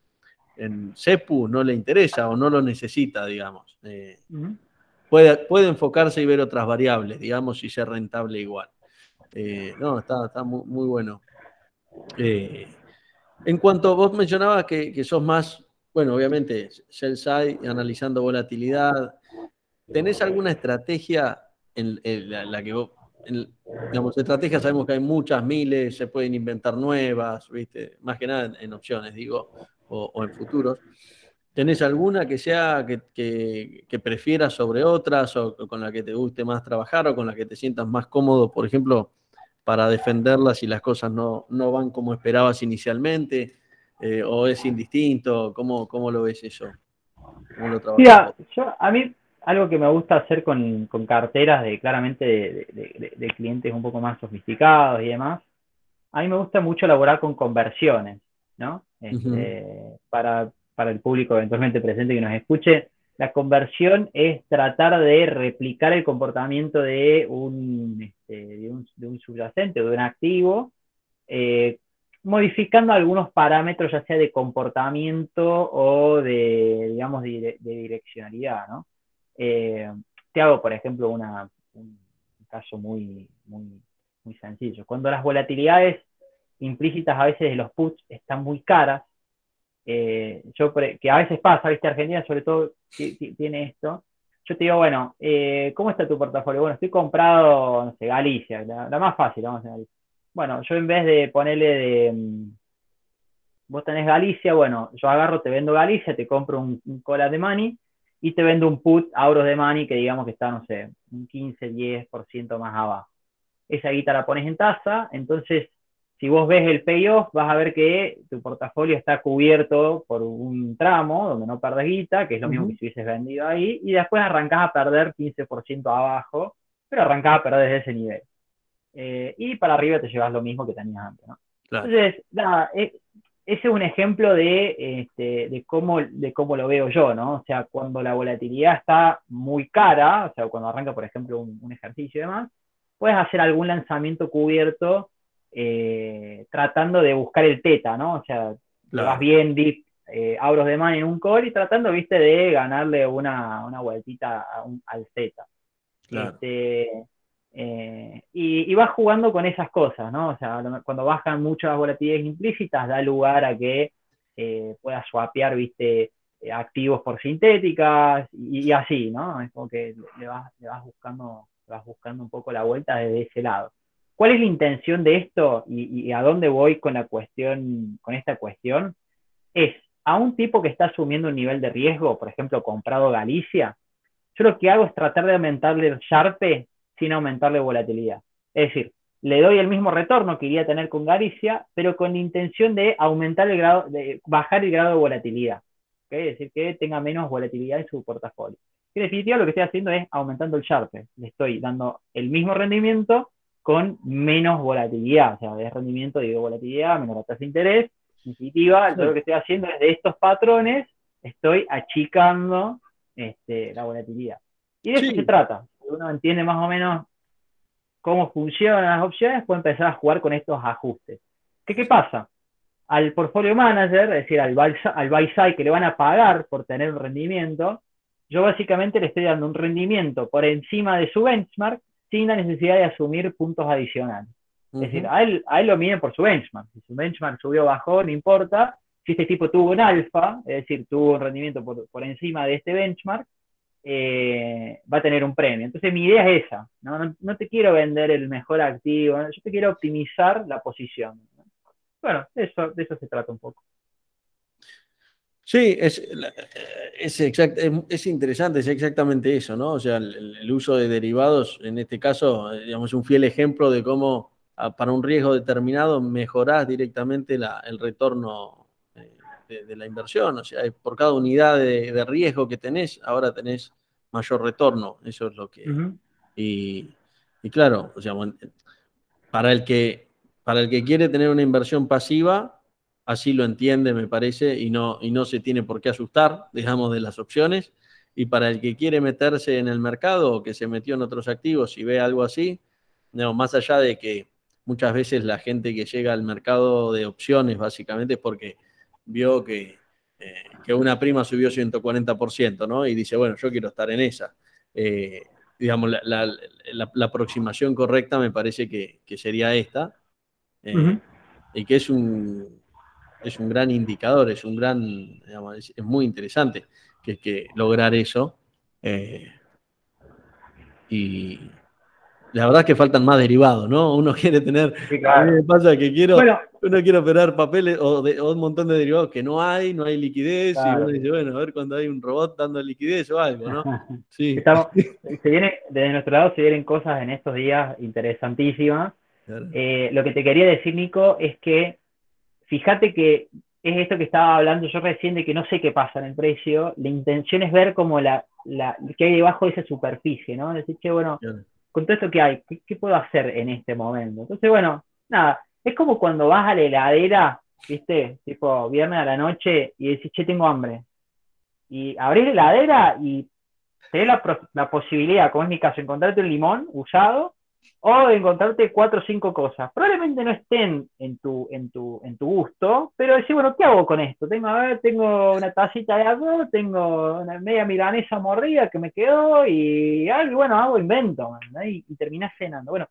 en CEPU no le interesa o no lo necesita, digamos. Ujú. Puede enfocarse y ver otras variables, digamos, y ser rentable igual. No, está muy, muy bueno. Eh, En cuanto vos mencionabas que sos más, bueno, obviamente, sell side, analizando volatilidad, ¿tenés alguna estrategia en la que vos, digamos, estrategias sabemos que hay muchas, miles, se pueden inventar nuevas, ¿viste? Más que nada en opciones, digo, o en futuros. ¿Tenés alguna que sea que prefieras sobre otras o con la que te guste más trabajar o con la que te sientas más cómodo, por ejemplo, para defenderlas si las cosas no van como esperabas inicialmente? ¿O es indistinto? ¿Cómo lo ves eso? ¿Cómo lo trabajas Mira, vos? a mí algo que me gusta hacer con carteras de claramente de clientes un poco más sofisticados y demás, a mí me gusta mucho elaborar con conversiones, ¿no? Ujú. Para el público eventualmente presente que nos escuche, la conversión es tratar de replicar el comportamiento de un subyacente o de un activo, eh, modificando algunos parámetros, ya sea de comportamiento o digamos, de direccionalidad, ¿no? Eh, Te hago, por ejemplo, un caso muy sencillo. Cuando las volatilidades implícitas a veces de los puts están muy caras, que a veces pasa, ¿viste? Argentina sobre todo tiene esto. Yo te digo, bueno, ¿cómo está tu portafolio? Bueno, estoy comprado, no sé, Galicia, la más fácil, vamos a decir. Bueno, yo en vez de ponerle vos tenés Galicia, bueno, yo agarro, te vendo Galicia, te compro un call de money y te vendo un put a euros de money que digamos que está, no sé, un 15-10% más abajo. Esa guita la pones en tasa, entonces si vos ves el payoff, vas a ver que tu portafolio está cubierto por un tramo donde no perdés guita, que es lo mismo que Ujú. si hubieses vendido ahí, y después arrancás a perder 15% abajo, pero arrancás a perder desde ese nivel. Y para arriba te llevas lo mismo que tenías antes, ¿no? Claro, Entonces, nada, ese es un ejemplo de cómo lo veo yo, ¿no? O sea, cuando la volatilidad está muy cara, o sea, cuando arranca, por ejemplo, un ejercicio y demás, puedes hacer algún lanzamiento cubierto tratando de buscar el teta, ¿no? O sea, te vas claro, bien deep, auros de man en un call y tratando, viste, de ganarle una vueltita al teta. claro. Y vas jugando con esas cosas, ¿no? O sea, cuando bajan mucho las volatilidades implícitas, da lugar a que puedas swapear, viste, activos por sintéticas y así, ¿no? Es como que le vas buscando un poco la vuelta desde ese lado. ¿Cuál es la intención de esto y a dónde voy con la cuestión, con esta cuestión? Es a un tipo que está asumiendo un nivel de riesgo, por ejemplo, comprado Galicia, yo lo que hago es tratar de aumentarle el Sharpe sin aumentarle volatilidad. Es decir, le doy el mismo retorno que iría a tener con Galicia, pero con la intención de aumentar el grado, de bajar el grado de volatilidad. ¿Okay? Es decir, que tenga menos volatilidad en su portafolio. En definitiva, lo que estoy haciendo es aumentando el Sharpe. Le estoy dando el mismo rendimiento con menos volatilidad. O sea, de rendimiento digo volatilidad, menos la tasa de interés. En definitiva, todo lo Sí, que estoy haciendo es de estos patrones, estoy achicando la volatilidad. Y de eso se sí, trata. Si uno entiende más o menos cómo funcionan las opciones, puede empezar a jugar con estos ajustes. ¿Qué pasa? Al portfolio manager, es decir, al buy side que le van a pagar por tener un rendimiento, yo básicamente le estoy dando un rendimiento por encima de su benchmark sin la necesidad de asumir puntos adicionales. Es decir, ujú, a él lo miden por su benchmark. Si su benchmark subió o bajó, no importa. Si este tipo tuvo un alfa, es decir, tuvo un rendimiento por encima de este benchmark, va a tener un premio. Entonces mi idea es esa, no te quiero vender el mejor activo, ¿no? Yo te quiero optimizar la posición. ¿No? Bueno, de eso se trata un poco. sí, es interesante, es exactamente eso, ¿no? O sea, el uso de derivados, en este caso, digamos, es un fiel ejemplo de cómo para un riesgo determinado mejorás directamente el retorno de la inversión. O sea, por cada unidad de riesgo que tenés, ahora tenés mayor retorno. Eso es lo Uh que... -huh. Y, y claro, o sea, para el para el que quiere tener una inversión pasiva, así lo entiende, me parece, y no se tiene por qué asustar, digamos, de las opciones. Y para el que quiere meterse en el mercado o que se metió en otros activos y ve algo así, no, más allá de que muchas veces la gente que llega al mercado de opciones básicamente es porque vio que una prima subió 140%, ¿no? Y dice, bueno, yo quiero estar en esa. Digamos, la aproximación correcta me parece que sería esta, Uh -huh. y que es un, es un gran indicador, es un gran, digamos, es muy interesante que lograr eso. Y la verdad es que faltan más derivados, ¿no? Uno quiere tener, Sí, a mí claro. me pasa que Bueno, uno quiere operar papeles o un montón de derivados que no hay liquidez, y uno claro. dice, bueno, a ver cuando hay un robot dando liquidez o algo, ¿no? Sí. Estamos, desde nuestro lado se vienen cosas en estos días interesantísimas. Claro, Lo que te quería decir, Nico, es que fíjate que es esto que estaba hablando yo recién de que no sé qué pasa en el precio. La intención es ver como que hay debajo de esa superficie, ¿no? Decir, che, bueno, claro. con todo esto que hay, ¿qué puedo hacer en este momento? Entonces, bueno, nada, es como cuando vas a la heladera, ¿viste? Tipo, viernes a la noche y decís, che, tengo hambre. Y abrís la heladera y tenés la posibilidad, como es mi caso, encontrarte un limón usado o de encontrarte 4 o 5 cosas. Probablemente no estén en tu gusto, pero decir, bueno, ¿qué hago con esto? Tengo una tacita de arroz, tengo una media milanesa mordida que me quedó y algo, bueno, hago invento, ¿no? Y terminás cenando. Bueno,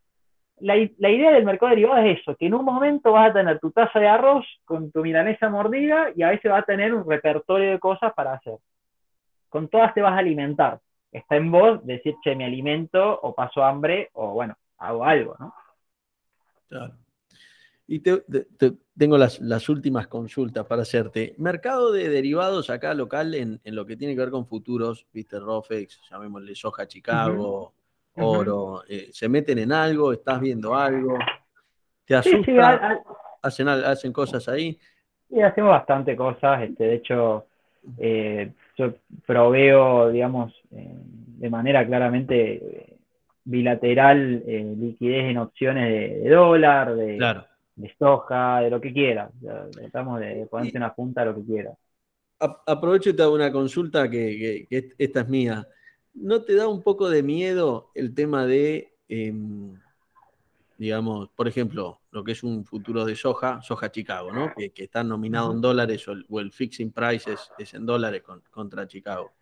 la idea del mercado derivado es eso, que en un momento vas a tener tu taza de arroz con tu milanesa mordida y a veces vas a tener un repertorio de cosas para hacer. Con todas te vas a alimentar. Está en vos decir, che, me alimento o paso hambre o bueno, hago algo, ¿no? Claro. Y tengo las últimas consultas para hacerte. Mercado de derivados acá local en lo que tiene que ver con futuros, viste, ROFEX, llamémosle soja Uh -huh, Chicago, uh -huh. oro, ¿se meten en algo? ¿Estás viendo algo? ¿Te Sí, sí, asusta? ¿Hacen cosas ahí? sí, hacemos bastante cosas. De hecho, yo proveo, digamos, de manera claramente bilateral liquidez en opciones de dólar, Claro. de soja, de lo que quieras. Tratamos de ponerte Y una punta a lo que quieras. aprovecho y te hago una consulta que esta es mía. ¿No te da un poco de miedo el tema de, digamos, por ejemplo, lo que es un futuro de soja Chicago, ¿no? Que está Uh nominado en -huh. dólares o el fixing price es en dólares contra Chicago?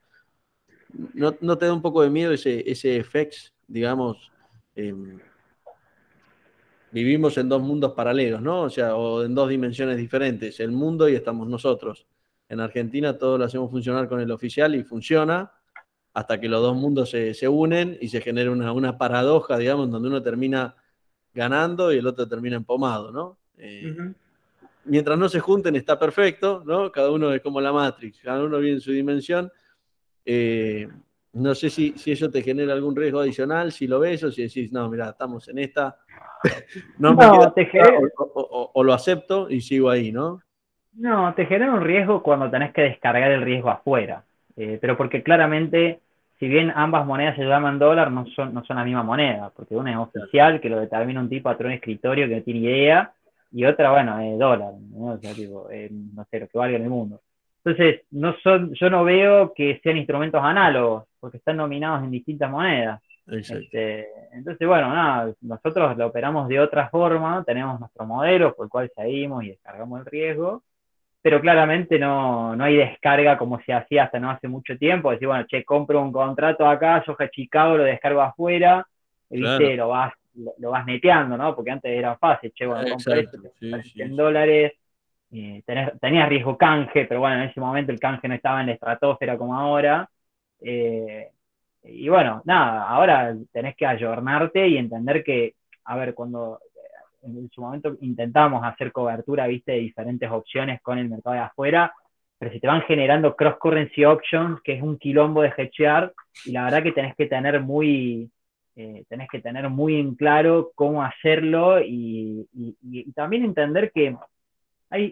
¿No te da un poco de miedo ese FX, digamos? Eh, Vivimos en dos mundos paralelos, ¿no? O sea, o en dos dimensiones diferentes, el mundo y estamos nosotros. En Argentina todo lo hacemos funcionar con el oficial y funciona hasta que los dos mundos se unen y se genera una paradoja, digamos, donde uno termina ganando y el otro termina empomado, ¿no? Uh -huh. Mientras no se junten está perfecto, ¿no? Cada uno es como la Matrix, cada uno vive en su dimensión. Eh, no sé si eso te genera algún riesgo adicional, si lo ves o si decís, no, mira, estamos en esta, no me queda No, otra, o lo acepto y sigo ahí, ¿no? no, te genera un riesgo cuando tenés que descargar el riesgo afuera. Pero porque claramente, si bien ambas monedas se llaman dólar, no son la misma moneda. Porque una es Claro, oficial, que lo determina un tipo atrás de un escritorio que no tiene idea, y otra, bueno, es dólar, ¿no? O sea, tipo, no sé, lo que valga en el mundo. Entonces, yo no veo que sean instrumentos análogos, porque están nominados en distintas monedas. exacto. Entonces, bueno, nada, nosotros lo operamos de otra forma, tenemos nuestro modelo por el cual seguimos y descargamos el riesgo, pero claramente no hay descarga como se hacía hasta no hace mucho tiempo. Decir, bueno, che, compro un contrato acá, soja Chicago, lo descargo afuera, y, viste, Claro, lo vas neteando, ¿no? Porque antes era fácil, che, bueno, compro esto, exacto, te sí, convertiste sí, en sí. dólares, tenías riesgo canje, pero bueno, en ese momento el canje no estaba en la estratosfera como ahora. Eh, y bueno, nada, ahora tenés que ayornarte y entender que, a ver, cuando en su momento intentamos hacer cobertura, viste, de diferentes opciones con el mercado de afuera, pero se te van generando cross currency options, que es un quilombo de hedgear, y la verdad que tenés que tener muy en claro cómo hacerlo y también entender que hay,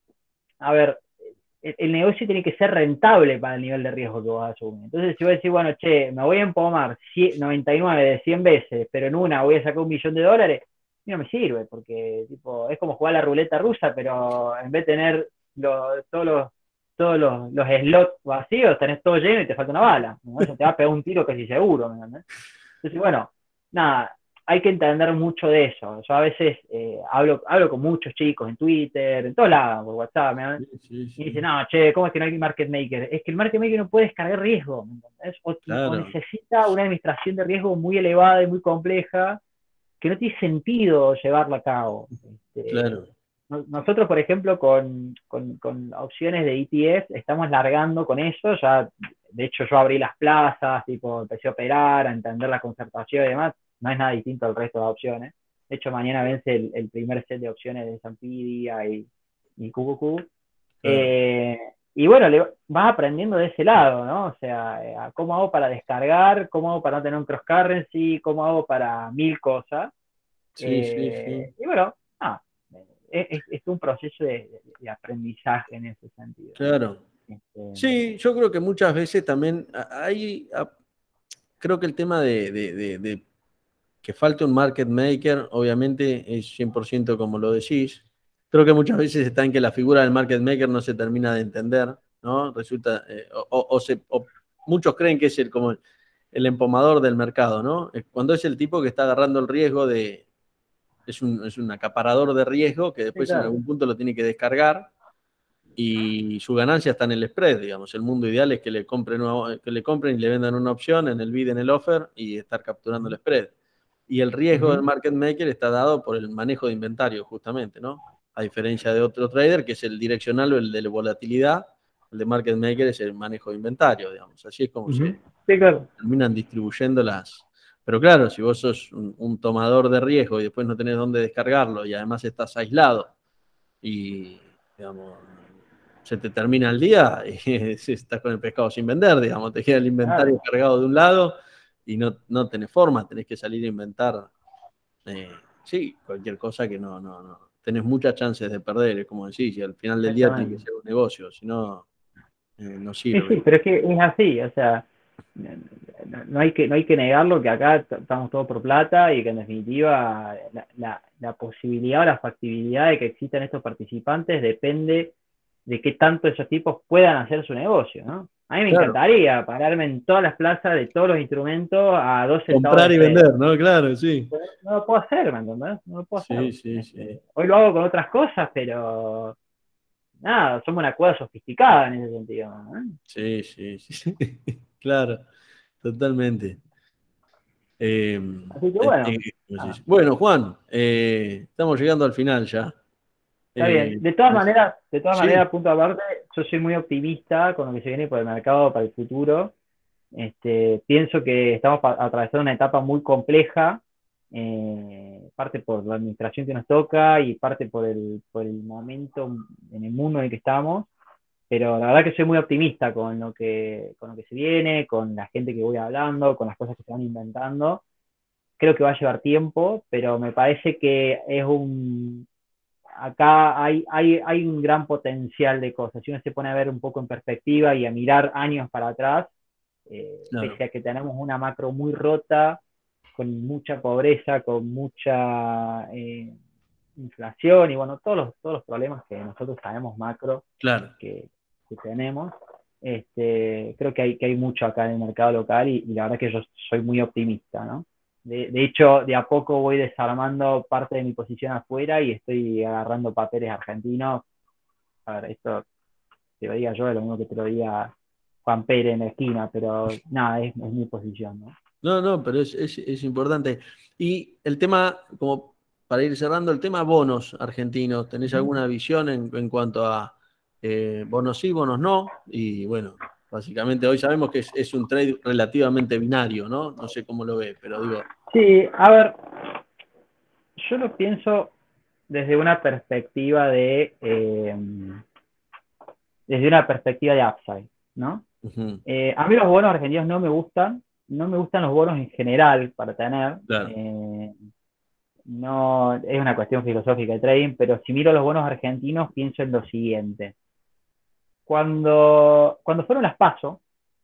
a ver, el negocio tiene que ser rentable para el nivel de riesgo que vos asumís. Entonces, si vos decís, bueno, che, me voy a empomar 99 de 100 veces, pero en una voy a sacar $1.000.000, no me sirve, porque tipo, es como jugar la ruleta rusa, pero en vez de tener todos los slots vacíos, tenés todo lleno y te falta una bala, ¿no? Eso te va a pegar un tiro casi seguro, ¿me entendés? Entonces, bueno, nada, hay que entender mucho de eso. Yo a veces hablo con muchos chicos en Twitter, en todos lados, por WhatsApp, Sí, sí, y dicen, sí. no, che, ¿cómo es que no hay market maker? Es que el market maker no puede descargar riesgo, ¿me entendés? O Claro, necesita una administración de riesgo muy elevada y muy compleja que no tiene sentido llevarla a cabo. claro. nosotros, por ejemplo, con opciones de ETF, estamos largando con eso. Ya, de hecho, yo abrí las plazas, tipo, empecé a operar, a entender la concertación y demás. No es nada distinto al resto de opciones. De hecho, mañana vence el primer set de opciones de Sampidia y QQQ. Claro. Y bueno, vas aprendiendo de ese lado, ¿no? O sea, cómo hago para descargar, cómo hago para no tener un cross currency, cómo hago para mil cosas. Sí, sí, sí. Y bueno, es un proceso de aprendizaje en ese sentido, ¿no? Claro. Este, Sí, yo creo que muchas veces también creo que el tema de que falte un market maker, obviamente es 100% como lo decís. Creo que muchas veces está en que la figura del market maker no se termina de entender, ¿no? Resulta, o muchos creen que es como el empomador del mercado, ¿no? Cuando es el tipo que está agarrando el riesgo es un acaparador de riesgo que sí, después en claro. algún punto lo tiene que descargar y su ganancia está en el spread, digamos. El mundo ideal es que le compren y le vendan una opción en el bid, en el offer y estar capturando el spread. Y el riesgo del Ujú. market maker está dado por el manejo de inventario, justamente, ¿no? A diferencia de otro trader, que es el direccional o el de la volatilidad, el de market maker es el manejo de inventario, digamos. Así es como Ujú. se Sí, claro. terminan distribuyendo las. Pero claro, si vos sos un tomador de riesgo y después no tenés dónde descargarlo y además estás aislado y, digamos, se te termina el día y estás con el pescado sin vender, digamos, te queda el inventario Claro. cargado de un lado y no tenés forma, tenés que salir a inventar, sí, cualquier cosa que no. Tenés muchas chances de perder, es como decís, y al final del día tiene que Exactamente. ser un negocio, si no, no Sí, sirve. sí, pero es que es así, o sea, no hay que negarlo que acá estamos todos por plata y que en definitiva la posibilidad o la factibilidad de que existan estos participantes depende de qué tanto esos tipos puedan hacer su negocio, ¿no? A mí me Claro, encantaría pararme en todas las plazas de todos los instrumentos a 2 centavos de comprar y spread. vender, ¿no? Claro, sí. Pero no lo puedo hacer, ¿me entendés? No lo puedo hacer. Sí, sí, sí. Hoy lo hago con otras cosas, pero nada, somos una cueva sofisticada en ese sentido, ¿no? Sí, sí, sí. Claro, totalmente. Eh, Así que bueno, nada. bueno, Juan, estamos llegando al final ya. Está bien. Eh, De todas sí, maneras, punto aparte, yo soy muy optimista con lo que se viene por el mercado para el futuro. Pienso que estamos atravesando una etapa muy compleja, parte por la administración que nos toca y parte por el momento en el mundo en el que estamos. Pero la verdad que soy muy optimista con lo que se viene, con la gente que voy hablando, con las cosas que se van inventando. Creo que va a llevar tiempo, pero me parece que acá hay un gran potencial de cosas. Si uno se pone a ver un poco en perspectiva y a mirar años para atrás, claro, pese a que tenemos una macro muy rota, con mucha pobreza, con mucha inflación y bueno, todos los problemas que nosotros sabemos macro claro, que, que tenemos, creo que hay mucho acá en el mercado local y la verdad que yo soy muy optimista, ¿no? De hecho, de a poco voy desarmando parte de mi posición afuera y estoy agarrando papeles argentinos. A ver, esto te lo diga yo, es lo mismo que te lo diga Juan Pérez en la esquina, pero nada, es mi posición, ¿no? no, pero es importante. Y el tema, como para ir cerrando, el tema bonos argentinos, ¿tenés Ujú. alguna visión en cuanto a bonos sí, bonos no? Y bueno, básicamente hoy sabemos que es un trade relativamente binario, ¿no? No sé cómo lo ve, pero digo, Sí, a ver, yo lo pienso desde una perspectiva desde una perspectiva de upside, ¿no? ujú, A mí los bonos argentinos no me gustan, no me gustan los bonos en general para tener. claro, No es una cuestión filosófica de trading, pero si miro los bonos argentinos pienso en lo siguiente. Cuando fueron las PASO,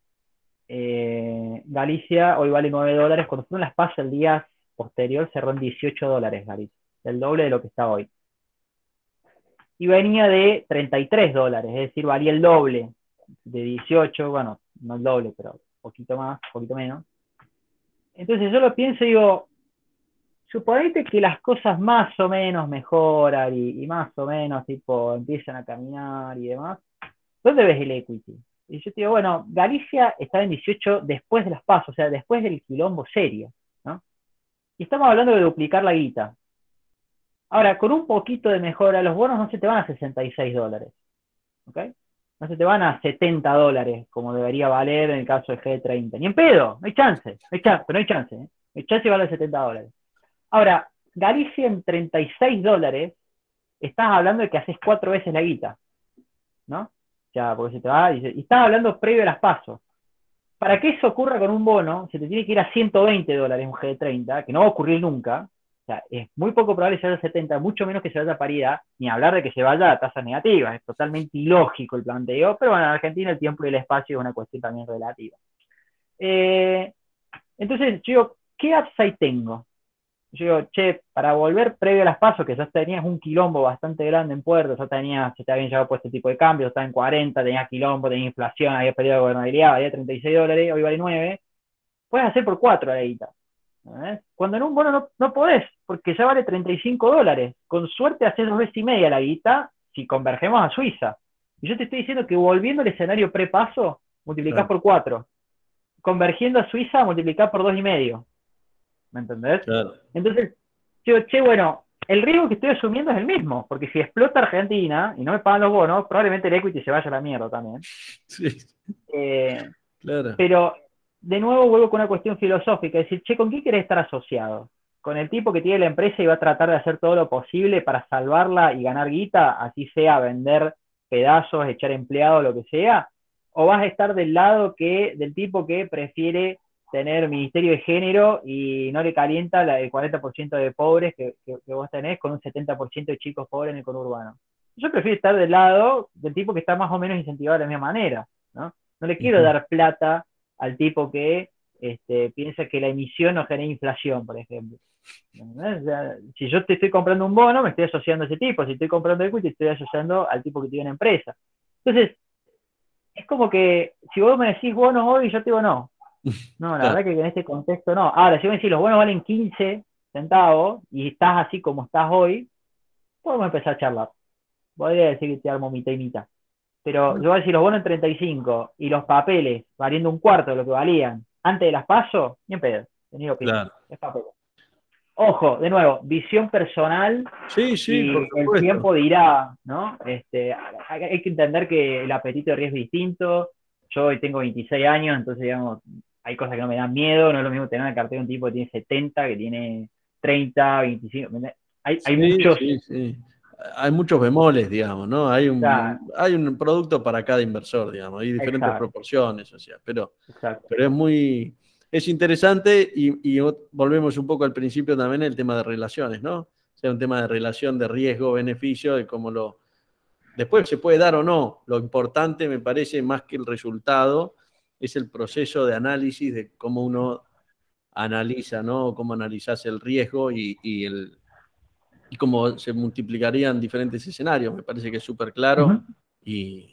Galicia hoy vale $9, cuando fueron las PASO el día posterior cerró en $18 Galicia, el doble de lo que está hoy. Y venía de $33, es decir, valía el doble de 18, bueno, no el doble, pero un poquito más, un poquito menos. Entonces yo lo pienso y digo, suponete que las cosas más o menos mejoran y más o menos tipo empiezan a caminar y demás. ¿Dónde ves el equity? Y yo te digo, bueno, Galicia está en 18 después de las pasos, o sea, después del quilombo serio, ¿no? Y estamos hablando de duplicar la guita. Ahora, con un poquito de mejora, los bonos no se te van a $66, ¿ok? No se te van a $70, como debería valer en el caso de G30. Ni en pedo, no hay chance, pero no hay chance, ¿eh? El chance vale $70. Ahora, Galicia en $36, estás hablando de que haces 4 veces la guita, ¿no? O sea, porque se te va, y estás hablando previo a las pasos. Para que eso ocurra con un bono, se te tiene que ir a $120 un G30, que no va a ocurrir nunca. O sea, es muy poco probable que se vaya a 70, mucho menos que se vaya a paridad, ni hablar de que se vaya a tasas negativas. Es totalmente ilógico el planteo, pero bueno, en Argentina el tiempo y el espacio es una cuestión también relativa. Eh, entonces, yo digo, ¿qué upside tengo? Yo digo, che, para volver previo a las pasos, que ya tenías un quilombo bastante grande en Puerto, se te habían llevado puesto este tipo de cambio, estaba en 40, tenías quilombo, tenías inflación, había perdido de gobernabilidad, había $36, hoy vale 9, puedes hacer por 4 la guita. Cuando en un bono no podés, porque ya vale $35. Con suerte haces 2 veces y media la guita si convergemos a Suiza. Y yo te estoy diciendo que volviendo al escenario prepaso, multiplicás Claro, por 4. Convergiendo a Suiza, multiplicás por 2,5. ¿Me entendés? claro. Entonces, yo, che, bueno, el riesgo que estoy asumiendo es el mismo, porque si explota Argentina y no me pagan los bonos, probablemente el equity se vaya a la mierda también. Sí, Eh, claro. pero, de nuevo, vuelvo con una cuestión filosófica, es decir, che, ¿con quién querés estar asociado? ¿Con el tipo que tiene la empresa y va a tratar de hacer todo lo posible para salvarla y ganar guita, así sea vender pedazos, echar empleados, lo que sea? ¿O vas a estar del tipo que prefiere tener ministerio de género y no le calienta el 40% de pobres que vos tenés con un 70% de chicos pobres en el conurbano? Yo prefiero estar del lado del tipo que está más o menos incentivado de la misma manera, ¿no? No le quiero Ujú. dar plata al tipo que piensa que la emisión no genera inflación, por ejemplo. O sea, si yo te estoy comprando un bono, me estoy asociando a ese tipo. Si estoy comprando equity, estoy asociando al tipo que tiene una empresa. Entonces, es como que si vos me decís bonos hoy, yo te digo no. No, la Claro, verdad que en este contexto no. Ahora, si vos me decís los bonos valen 15 centavos y estás así como estás hoy, podemos empezar a charlar. Podría decir que te armo mitad y mitad. Pero yo voy a decir los bonos en 35 y los papeles valiendo un cuarto de lo que valían antes de las pasos, ni en pedo, ni opino. claro. Es papel. Ojo, de nuevo, visión personal Sí, sí, por y el supuesto. tiempo dirá, ¿no? Hay que entender que el apetito de riesgo es distinto. Yo hoy tengo 26 años, entonces, digamos, hay cosas que no me dan miedo. No es lo mismo tener una cartera de un tipo que tiene 70, que tiene 30, 25. Hay Sí, muchos. sí, sí. Hay muchos bemoles, digamos, ¿no? Ya, Hay un producto para cada inversor, digamos, hay diferentes exacto, proporciones, o sea, exacto. pero es interesante y volvemos un poco al principio también el tema de relaciones, ¿no? O sea, un tema de relación de riesgo-beneficio, de cómo después se puede dar o no. Lo importante, me parece, más que el resultado, es el proceso de análisis de cómo uno analiza, ¿no? Cómo analizas el riesgo y cómo se multiplicarían diferentes escenarios. Me parece que es súper Uh claro -huh. y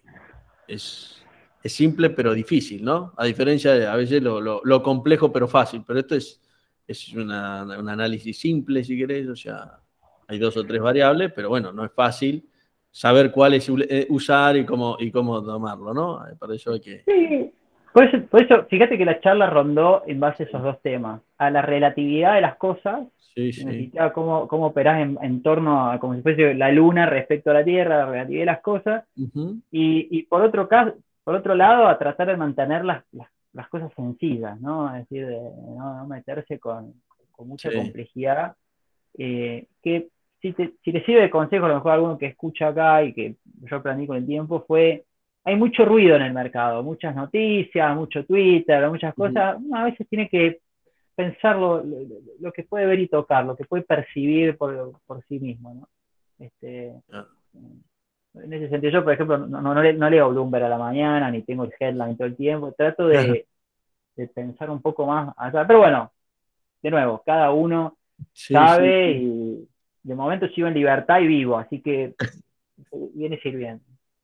es simple pero difícil, ¿no? A diferencia de a veces lo complejo pero fácil, pero esto es un análisis simple, si querés, o sea, hay dos o tres variables, pero bueno, no es fácil saber cuál es usar y cómo tomarlo, ¿no? Para eso hay que... Sí, por eso, fíjate que la charla rondó en base a esos Sí, dos temas, a la relatividad de las cosas, sí, y sí. necesitaba cómo operás en torno a como si fuese la luna respecto a la Tierra, la relatividad de las cosas, Ujú. y por otro lado, a tratar de mantener las cosas sencillas, ¿no? Es decir, de no meterse con mucha Sí, complejidad, que si te sirve de consejo, a lo mejor alguno que escucha acá y que yo aprendí con el tiempo, hay mucho ruido en el mercado, muchas noticias, mucho Twitter, muchas ujú. cosas. Uno a veces tiene que pensar lo que puede ver y tocar, lo que puede percibir por sí mismo, ¿no? Ah, En ese sentido, yo, por ejemplo, no leo Bloomberg a la mañana, ni tengo el headline todo el tiempo, trato de pensar un poco más allá. Pero bueno, de nuevo, cada uno sí, sí, sabe sí. y de momento sigo en libertad y vivo, así que viene sirviendo.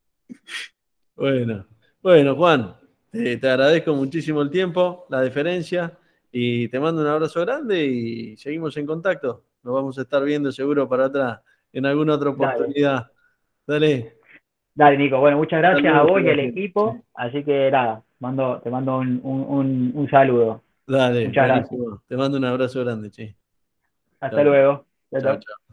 Bueno, bueno, Juan, te agradezco muchísimo el tiempo, la deferencia y te mando un abrazo grande y seguimos en contacto. Nos vamos a estar viendo seguro para otra, en alguna otra Dale, oportunidad. Dale, dale, Nico. Bueno, muchas gracias a saludos vos por y al allí. Sí. equipo, así que nada, te mando un saludo. Dale, Muchas gracias. buenísimo. Te mando un abrazo grande, che. Hasta Chao, chao. luego. Chao, Chao, chao. chao.